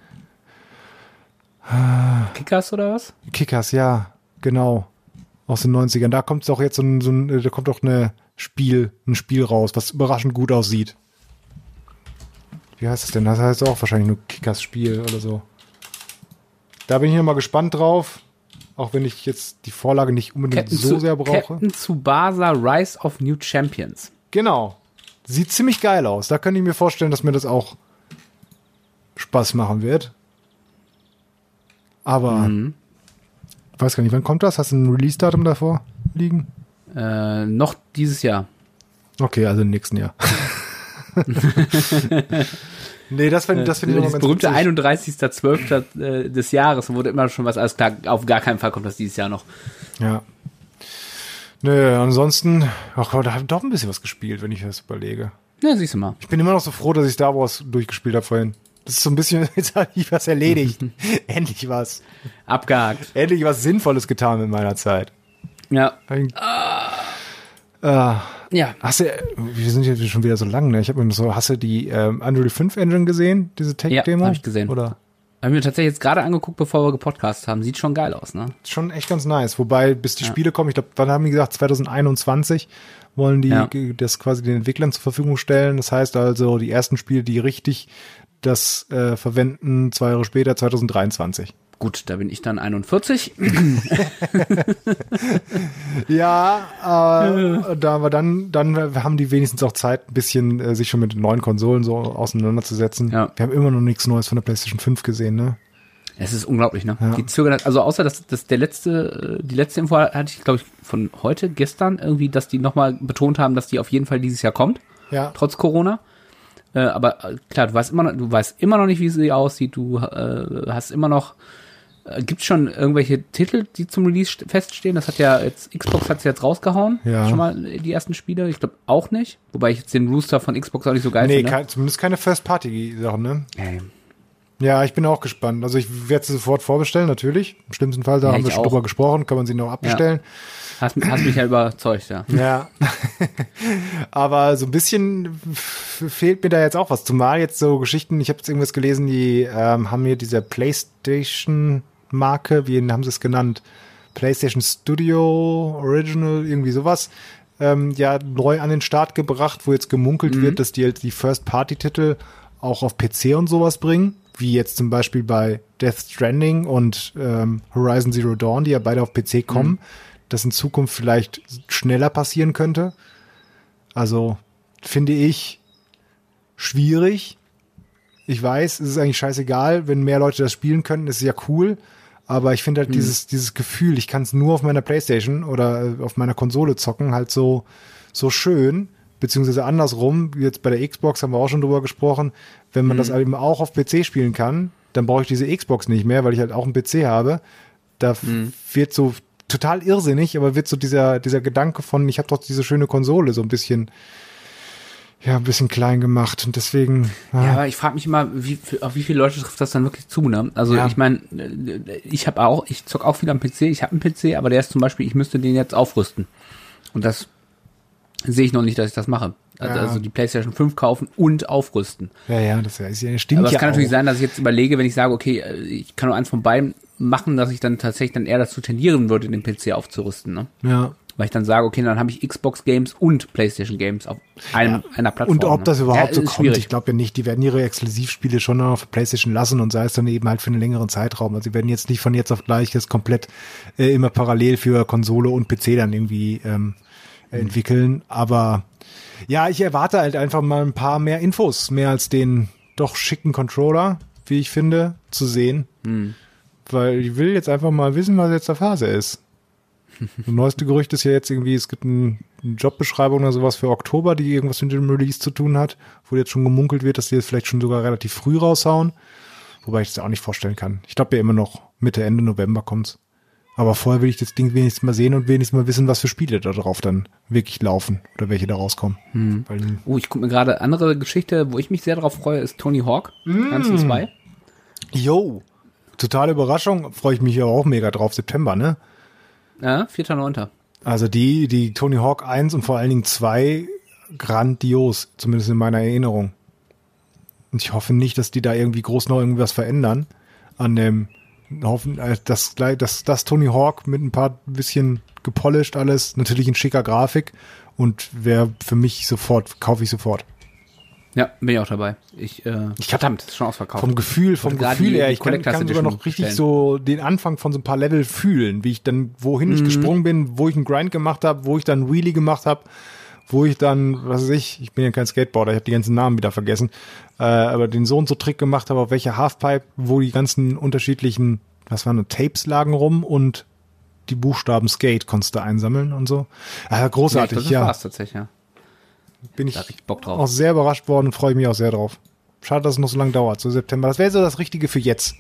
Kickers oder was? Kickers, ja, genau. Aus den neunzigern. Da kommt doch jetzt so ein, so ein, da kommt doch eine Spiel, ein Spiel raus, was überraschend gut aussieht. Wie heißt es denn? Das heißt auch wahrscheinlich nur Kickers Spiel oder so. Da bin ich mal gespannt drauf. Auch wenn ich jetzt die Vorlage nicht unbedingt Captain so sehr brauche. Captain Tsubasa Rise of New Champions. Genau. Sieht ziemlich geil aus. Da könnte ich mir vorstellen, dass mir das auch Spaß machen wird. Aber mhm. ich weiß gar nicht, wann kommt das? Hast du ein Release-Datum davor liegen? Äh, noch dieses Jahr. Okay, also im nächsten Jahr. Nee, das finde das find ich noch ganz ganz berühmte witzig. einunddreißigster zwölfter Äh, des Jahres wurde immer schon was, alles klar, auf gar keinen Fall kommt das dieses Jahr noch. Ja. Nö, ansonsten, ach Gott, da habe ich doch ein bisschen was gespielt, wenn ich das überlege. Ja, siehst du mal. Ich bin immer noch so froh, dass ich Star Wars durchgespielt habe vorhin. Das ist so ein bisschen, jetzt habe ich was erledigt. Endlich was. Abgehakt. Endlich was Sinnvolles getan in meiner Zeit. Ja. Ein, äh, Ja. Hast du, wir sind jetzt schon wieder so lang, ne? Ich habe mir so, hast du die ähm, Unreal fünf Engine gesehen, diese Tech-Demo? Ja, habe ich gesehen. Oder? Haben wir tatsächlich jetzt gerade angeguckt, bevor wir gepodcastet haben. Sieht schon geil aus, ne? Schon echt ganz nice. Wobei, bis die ja. Spiele kommen, ich glaube, wann haben die gesagt, zwanzig einundzwanzig wollen die ja. das quasi den Entwicklern zur Verfügung stellen. Das heißt also, die ersten Spiele, die richtig das äh, verwenden, zwei Jahre später, zwanzig dreiundzwanzig. Gut, da bin ich dann einundvierzig. Ja, äh, da aber dann, dann haben die wenigstens auch Zeit, ein bisschen äh, sich schon mit den neuen Konsolen so auseinanderzusetzen. Ja. Wir haben immer noch nichts Neues von der PlayStation fünf gesehen, ne? Es ist unglaublich, ne? Ja. Die zögern, also außer dass, dass der letzte, die letzte Info hatte ich, glaube ich, von heute, gestern irgendwie, dass die nochmal betont haben, dass die auf jeden Fall dieses Jahr kommt. Ja. Trotz Corona. Äh, aber äh, klar, du weißt immer noch, du weißt immer noch nicht, wie sie aussieht. Du äh, hast immer noch, äh, gibt's schon irgendwelche Titel, die zum Release st- feststehen? Das hat ja jetzt, Xbox hat's jetzt rausgehauen. Ja. Schon mal die ersten Spiele. Ich glaube auch nicht. Wobei ich jetzt den Rooster von Xbox auch nicht so geil nee, finde. Nee, zumindest keine First-Party-Sachen, ne? Okay. Ja, ich bin auch gespannt. Also ich werde sie sofort vorbestellen, natürlich. Im schlimmsten Fall, da ja, haben wir schon auch. drüber gesprochen, kann man sie noch abbestellen. Ja. Hast, hast mich ja überzeugt, ja. Ja. Aber so ein bisschen f- fehlt mir da jetzt auch was. Zumal jetzt so Geschichten, ich habe jetzt irgendwas gelesen, die ähm, haben mir diese PlayStation-Marke, wie haben sie es genannt? PlayStation Studio Original, irgendwie sowas, ähm, ja neu an den Start gebracht, wo jetzt gemunkelt mhm. wird, dass die halt die First-Party-Titel auch auf P C und sowas bringen, wie jetzt zum Beispiel bei Death Stranding und ähm, Horizon Zero Dawn, die ja beide auf P C kommen, mhm. das in Zukunft vielleicht schneller passieren könnte. Also finde ich schwierig. Ich weiß, es ist eigentlich scheißegal, wenn mehr Leute das spielen können, ist ja cool, aber ich finde halt mhm. dieses dieses Gefühl, ich kann es nur auf meiner PlayStation oder auf meiner Konsole zocken, halt so so schön, beziehungsweise andersrum, jetzt bei der Xbox haben wir auch schon drüber gesprochen, wenn man mhm. das eben auch auf P C spielen kann, dann brauche ich diese Xbox nicht mehr, weil ich halt auch einen P C habe. Da mhm. wird so total irrsinnig, aber wird so dieser dieser Gedanke von, ich habe doch diese schöne Konsole so ein bisschen ja, ein bisschen klein gemacht und deswegen... Ah. Ja, aber ich frage mich immer, wie, auf wie viele Leute trifft das dann wirklich zu, ne? Also ja. ich meine, ich habe auch, ich zock auch viel am P C, ich habe einen P C, aber der ist zum Beispiel, ich müsste den jetzt aufrüsten. Und das sehe ich noch nicht, dass ich das mache. Also, ja. also die PlayStation fünf kaufen und aufrüsten. Ja, ja, das ist ja, stimmt aber es ja kann auch. natürlich sein, dass ich jetzt überlege, wenn ich sage, okay, ich kann nur eins von beiden machen, dass ich dann tatsächlich dann eher dazu tendieren würde, den P C aufzurüsten, ne? Ja. Weil ich dann sage, okay, dann habe ich Xbox Games und PlayStation Games auf einem, ja. einer Plattform. Und ob das überhaupt ja, so kommt, schwierig. Ich glaube ja nicht. Die werden ihre Exklusivspiele schon noch auf PlayStation lassen und sei es dann eben halt für einen längeren Zeitraum. Also sie werden jetzt nicht von jetzt auf gleich das komplett äh, immer parallel für Konsole und P C dann irgendwie ähm, mhm. entwickeln. Aber ja, ich erwarte halt einfach mal ein paar mehr Infos, mehr als den doch schicken Controller, wie ich finde, zu sehen. Mhm. Weil ich will jetzt einfach mal wissen, was jetzt der Phase ist. Das neueste Gerücht ist ja jetzt irgendwie, es gibt ein, eine Jobbeschreibung oder sowas für Oktober, die irgendwas mit dem Release zu tun hat, wo jetzt schon gemunkelt wird, dass die jetzt vielleicht schon sogar relativ früh raushauen. Wobei ich das auch nicht vorstellen kann. Ich glaube ja immer noch Mitte, Ende November kommt's. Aber vorher will ich das Ding wenigstens mal sehen und wenigstens mal wissen, was für Spiele da drauf dann wirklich laufen oder welche da rauskommen. Hm. Weil, oh, ich gucke mir gerade andere Geschichte, wo ich mich sehr drauf freue, ist Tony Hawk. Mm. eins und zwei. Jo, totale Überraschung. Freue ich mich ja auch mega drauf. September, ne? Ja, vierter neunter Also die, die Tony Hawk eins und vor allen Dingen zwei grandios, zumindest in meiner Erinnerung. Und ich hoffe nicht, dass die da irgendwie groß noch irgendwas verändern an dem, hoffen, dass das, das Tony Hawk mit ein paar bisschen gepolished alles, natürlich in schicker Grafik und wäre für mich sofort, kaufe ich sofort. Ja, bin ich auch dabei. Ich, äh, ich verdammt, ist schon ausverkauft. Vom Gefühl, vom Gefühl her, ich kann, kann sogar noch richtig bestellen. So den Anfang von so ein paar Level fühlen, wie ich dann, wohin mhm. ich gesprungen bin, wo ich einen Grind gemacht habe, wo ich dann Wheelie gemacht habe, wo ich dann, was weiß ich, ich bin ja kein Skateboarder, ich habe die ganzen Namen wieder vergessen, äh, aber den so und so Trick gemacht habe, auf welcher Halfpipe, wo die ganzen unterschiedlichen, was waren das, Tapes lagen rum und die Buchstaben Skate konntest du einsammeln und so. Äh, großartig, das ja. Das war's tatsächlich, ja. Bin ich, ich Bock drauf. Auch sehr überrascht worden und freue mich auch sehr drauf. Schade, dass es noch so lange dauert, so September. Das wäre so das Richtige für jetzt.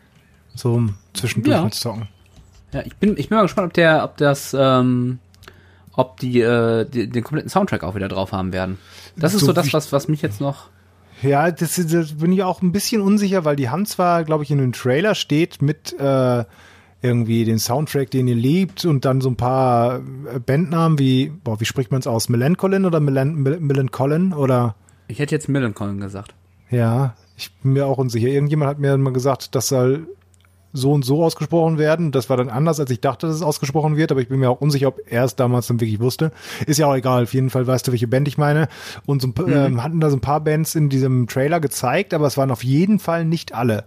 So zwischendurch ja. mit Zocken. Ja, ich bin, ich bin mal gespannt, ob der, ob das, ähm, ob die, äh, die den kompletten Soundtrack auch wieder drauf haben werden. Das ist so, so das, was, was mich jetzt noch... Ja, das, das bin ich auch ein bisschen unsicher, weil die haben zwar, glaube ich, in dem Trailer steht mit äh, irgendwie den Soundtrack, den ihr liebt und dann so ein paar Bandnamen wie, boah, wie spricht man es aus? Melancholy oder Melan- Melancholy oder? Ich hätte jetzt Melancholy gesagt. Ja, ich bin mir auch unsicher. Irgendjemand hat mir mal gesagt, das soll so und so ausgesprochen werden. Das war dann anders, als ich dachte, dass es ausgesprochen wird, aber ich bin mir auch unsicher, ob er es damals dann wirklich wusste. Ist ja auch egal, auf jeden Fall weißt du, welche Band ich meine. Und so mhm. ähm, hatten da so ein paar Bands in diesem Trailer gezeigt, aber es waren auf jeden Fall nicht alle,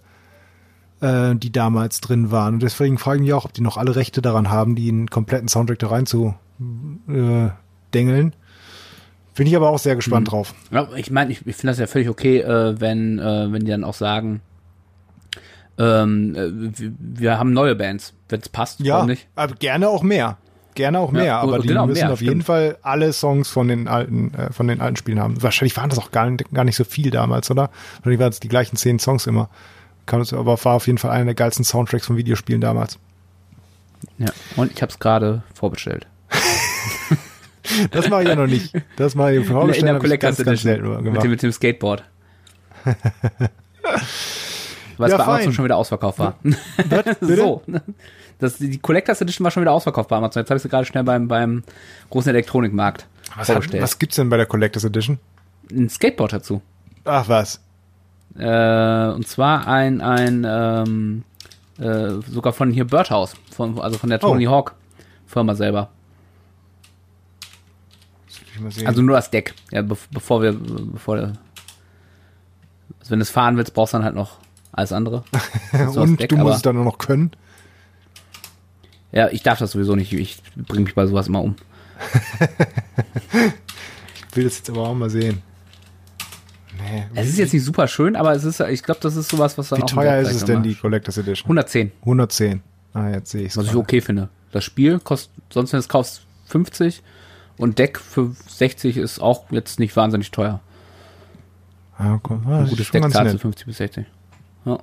äh, die damals drin waren. Und deswegen frage ich mich auch, ob die noch alle Rechte daran haben, die einen kompletten Soundtrack da rein zu äh, dengeln. Bin ich aber auch sehr gespannt mhm. drauf. Ja, ich meine, ich, ich finde das ja völlig okay, äh, wenn, äh, wenn die dann auch sagen, Ähm, wir, wir haben neue Bands, wenn es passt, ja, warum nicht? Aber gerne auch mehr. Gerne auch mehr, ja, aber die genau, müssen mehr, auf stimmt. jeden Fall alle Songs von den alten, äh, von den alten Spielen haben. Wahrscheinlich waren das auch gar nicht, gar nicht so viel damals, oder? Wahrscheinlich waren es die gleichen zehn Songs immer. Kann es, aber war auf jeden Fall einer der geilsten Soundtracks von Videospielen damals. Ja, und ich habe es gerade vorbestellt. Das mache ich ja noch nicht. Das mache ich vorbestellen. In der Collectors Edition mit dem, mit dem Skateboard. Weil ja, es bei fein. Amazon schon wieder ausverkauft war. So. Das, die Collectors Edition war schon wieder ausverkauft bei Amazon. Jetzt habe ich sie gerade schnell beim, beim großen Elektronikmarkt was vorgestellt. Hat, was gibt's denn bei der Collectors Edition? Ein Skateboard dazu. Ach was. Äh, und zwar ein, ein ähm, äh, sogar von hier Birdhouse, von, also von der Tony oh. Hawk Firma selber. Also nur das Deck. Ja, be- bevor wir, bevor also wenn du es fahren willst, brauchst du dann halt noch alles andere. Und Deck, du musst es dann nur noch können. Ja, ich darf das sowieso nicht. Ich bringe mich bei sowas immer um. Ich will das jetzt aber auch mal sehen. Nee, es ist jetzt nicht super schön, aber es ist, ich glaube, das ist sowas, was dann Wie auch... Wie teuer ist es denn, die Collectors Edition? hundertzehn. hundertzehn. Ah, jetzt sehe ich es. Was ich okay finde. Das Spiel kostet, sonst wenn du es kaufst, fünfzig Und Deck für sechzig ist auch jetzt nicht wahnsinnig teuer. Ja, komm, ah, Ein gutes Deck zahlt fünfzig bis sechzig. Ja.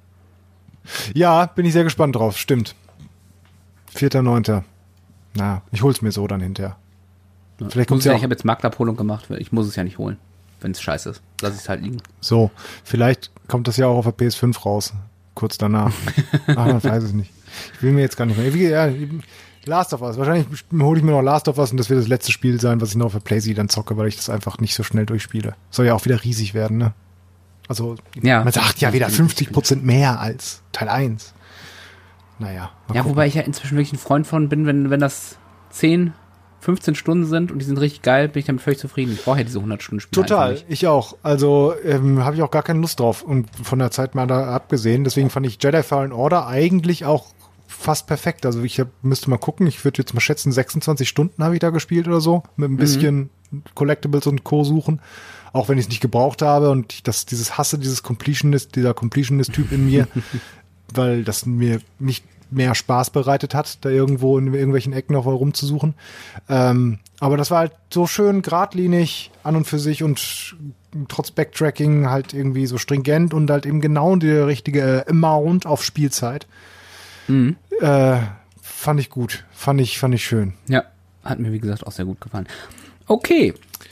Ja, bin ich sehr gespannt drauf, stimmt. vierter neunter Na, ich hol's mir so dann hinterher. Ja. Vielleicht kommt's ja ja ich habe jetzt Marktabholung gemacht, weil ich muss es ja nicht holen, wenn es scheiße ist. Lass ich es halt liegen. So, vielleicht kommt das ja auch auf der P S fünf raus, kurz danach. Ach, man weiß es nicht. Ich will mir jetzt gar nicht mehr. Wie, ja, Last of Us. Wahrscheinlich hole ich mir noch Last of Us und das wird das letzte Spiel sein, was ich noch auf der PlayStation dann zocke, weil ich das einfach nicht so schnell durchspiele. Soll ja auch wieder riesig werden, ne? Also, ja, man sagt ja wieder fünfzig Prozent mehr als Teil eins. Naja. Ja, gucken. wobei ich ja inzwischen wirklich ein Freund von bin, wenn, wenn das zehn, fünfzehn Stunden sind und die sind richtig geil, bin ich damit völlig zufrieden. Ich brauche ja diese hundert Stunden Spiele. Total, ich auch. Also ähm, habe ich auch gar keine Lust drauf und von der Zeit mal da abgesehen. Deswegen fand ich Jedi Fallen Order eigentlich auch fast perfekt. Also ich hab, müsste mal gucken, ich würde jetzt mal schätzen, sechsundzwanzig Stunden habe ich da gespielt oder so, mit ein bisschen mhm. Collectibles und Co. suchen. Auch wenn ich es nicht gebraucht habe und ich das, dieses Hasse, dieses Completionist, dieser Completionist-Typ in mir, weil das mir nicht mehr Spaß bereitet hat, da irgendwo in irgendwelchen Ecken noch rumzusuchen. Ähm, aber das war halt so schön geradlinig an und für sich und trotz Backtracking halt irgendwie so stringent und halt eben genau der richtige Amount auf Spielzeit. Mhm. Äh, fand ich gut. Fand ich, fand ich schön. Ja, hat mir wie gesagt auch sehr gut gefallen. Okay.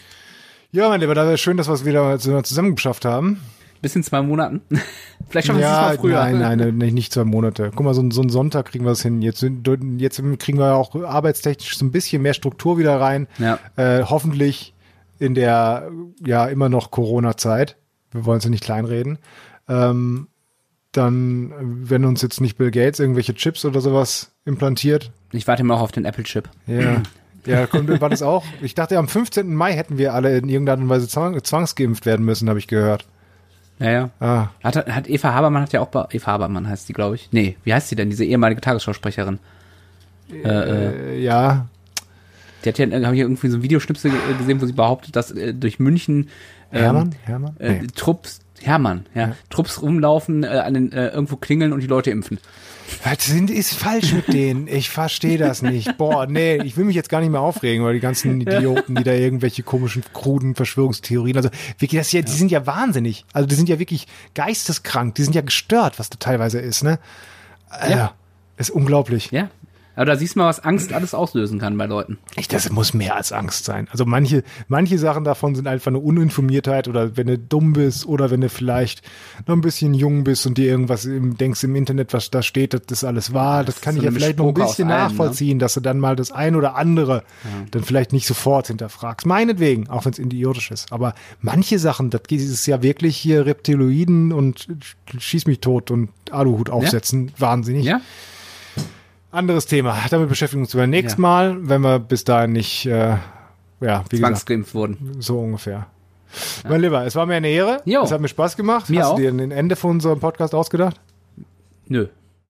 Ja, mein Lieber, da wäre schön, dass wir es wieder zusammen geschafft haben. Bis in zwei Monaten. Vielleicht schaffen wir ja, es mal früher. Nein, nein, nein, nicht zwei Monate. Guck mal, so, so einen Sonntag kriegen wir es hin. Jetzt, jetzt kriegen wir auch arbeitstechnisch so ein bisschen mehr Struktur wieder rein. Ja. Äh, hoffentlich in der ja immer noch Corona-Zeit. Wir wollen es ja nicht kleinreden. Ähm, dann, wenn uns jetzt nicht Bill Gates irgendwelche Chips oder sowas implantiert. Ich warte mal auch auf den Apple-Chip. Ja. Ja, kommt, war das auch? Ich dachte, am fünfzehnten Mai hätten wir alle in irgendeiner Art und Weise zwang, zwangsgeimpft werden müssen, habe ich gehört. Ja, ja. Ah. Hat, hat Eva Habermann hat ja auch, bei, Eva Habermann heißt die, glaube ich. Nee, wie heißt sie denn, diese ehemalige Tagesschausprecherin? Äh, äh, ja. Die hat ja, habe ich irgendwie so ein Videoschnipsel gesehen, wo sie behauptet, dass äh, durch München ähm, Hermann? Hermann? Äh, Nee. Trupps, Hermann, ja, ja. Trupps rumlaufen, äh, an den, äh, irgendwo klingeln und die Leute impfen. Was sind, ist falsch mit denen? Ich verstehe das nicht. Boah, nee, ich will mich jetzt gar nicht mehr aufregen, weil die ganzen Idioten, die da irgendwelche komischen, kruden Verschwörungstheorien, also wirklich, das ist ja, die sind ja wahnsinnig. Also die sind ja wirklich geisteskrank, die sind ja gestört, was da teilweise ist, ne? Äh, Ja. Ist unglaublich. Ja. Aber da siehst du mal, was Angst alles auslösen kann bei Leuten. Ich, das muss mehr als Angst sein. Also manche, manche Sachen davon sind einfach eine Uninformiertheit oder wenn du dumm bist oder wenn du vielleicht noch ein bisschen jung bist und dir irgendwas im, denkst im Internet, was da steht, dass das alles wahr. Das, das kann ich ja vielleicht noch ein bisschen nachvollziehen, ne? Dass du dann mal das ein oder andere ja. dann vielleicht nicht sofort hinterfragst. Meinetwegen, auch wenn es idiotisch ist. Aber manche Sachen, das ist ja wirklich hier Reptiloiden und schieß mich tot und Aluhut aufsetzen. Ja? Wahnsinnig. Ja. Anderes Thema. Damit beschäftigen wir uns beim nächsten ja. Mal, wenn wir bis dahin nicht, äh, ja, wie zwangsgeimpft wurden. So ungefähr. Ja. Mein Lieber, es war mir eine Ehre. Jo. Es hat mir Spaß gemacht. Mir Hast auch. du dir ein Ende von unserem Podcast ausgedacht? Nö.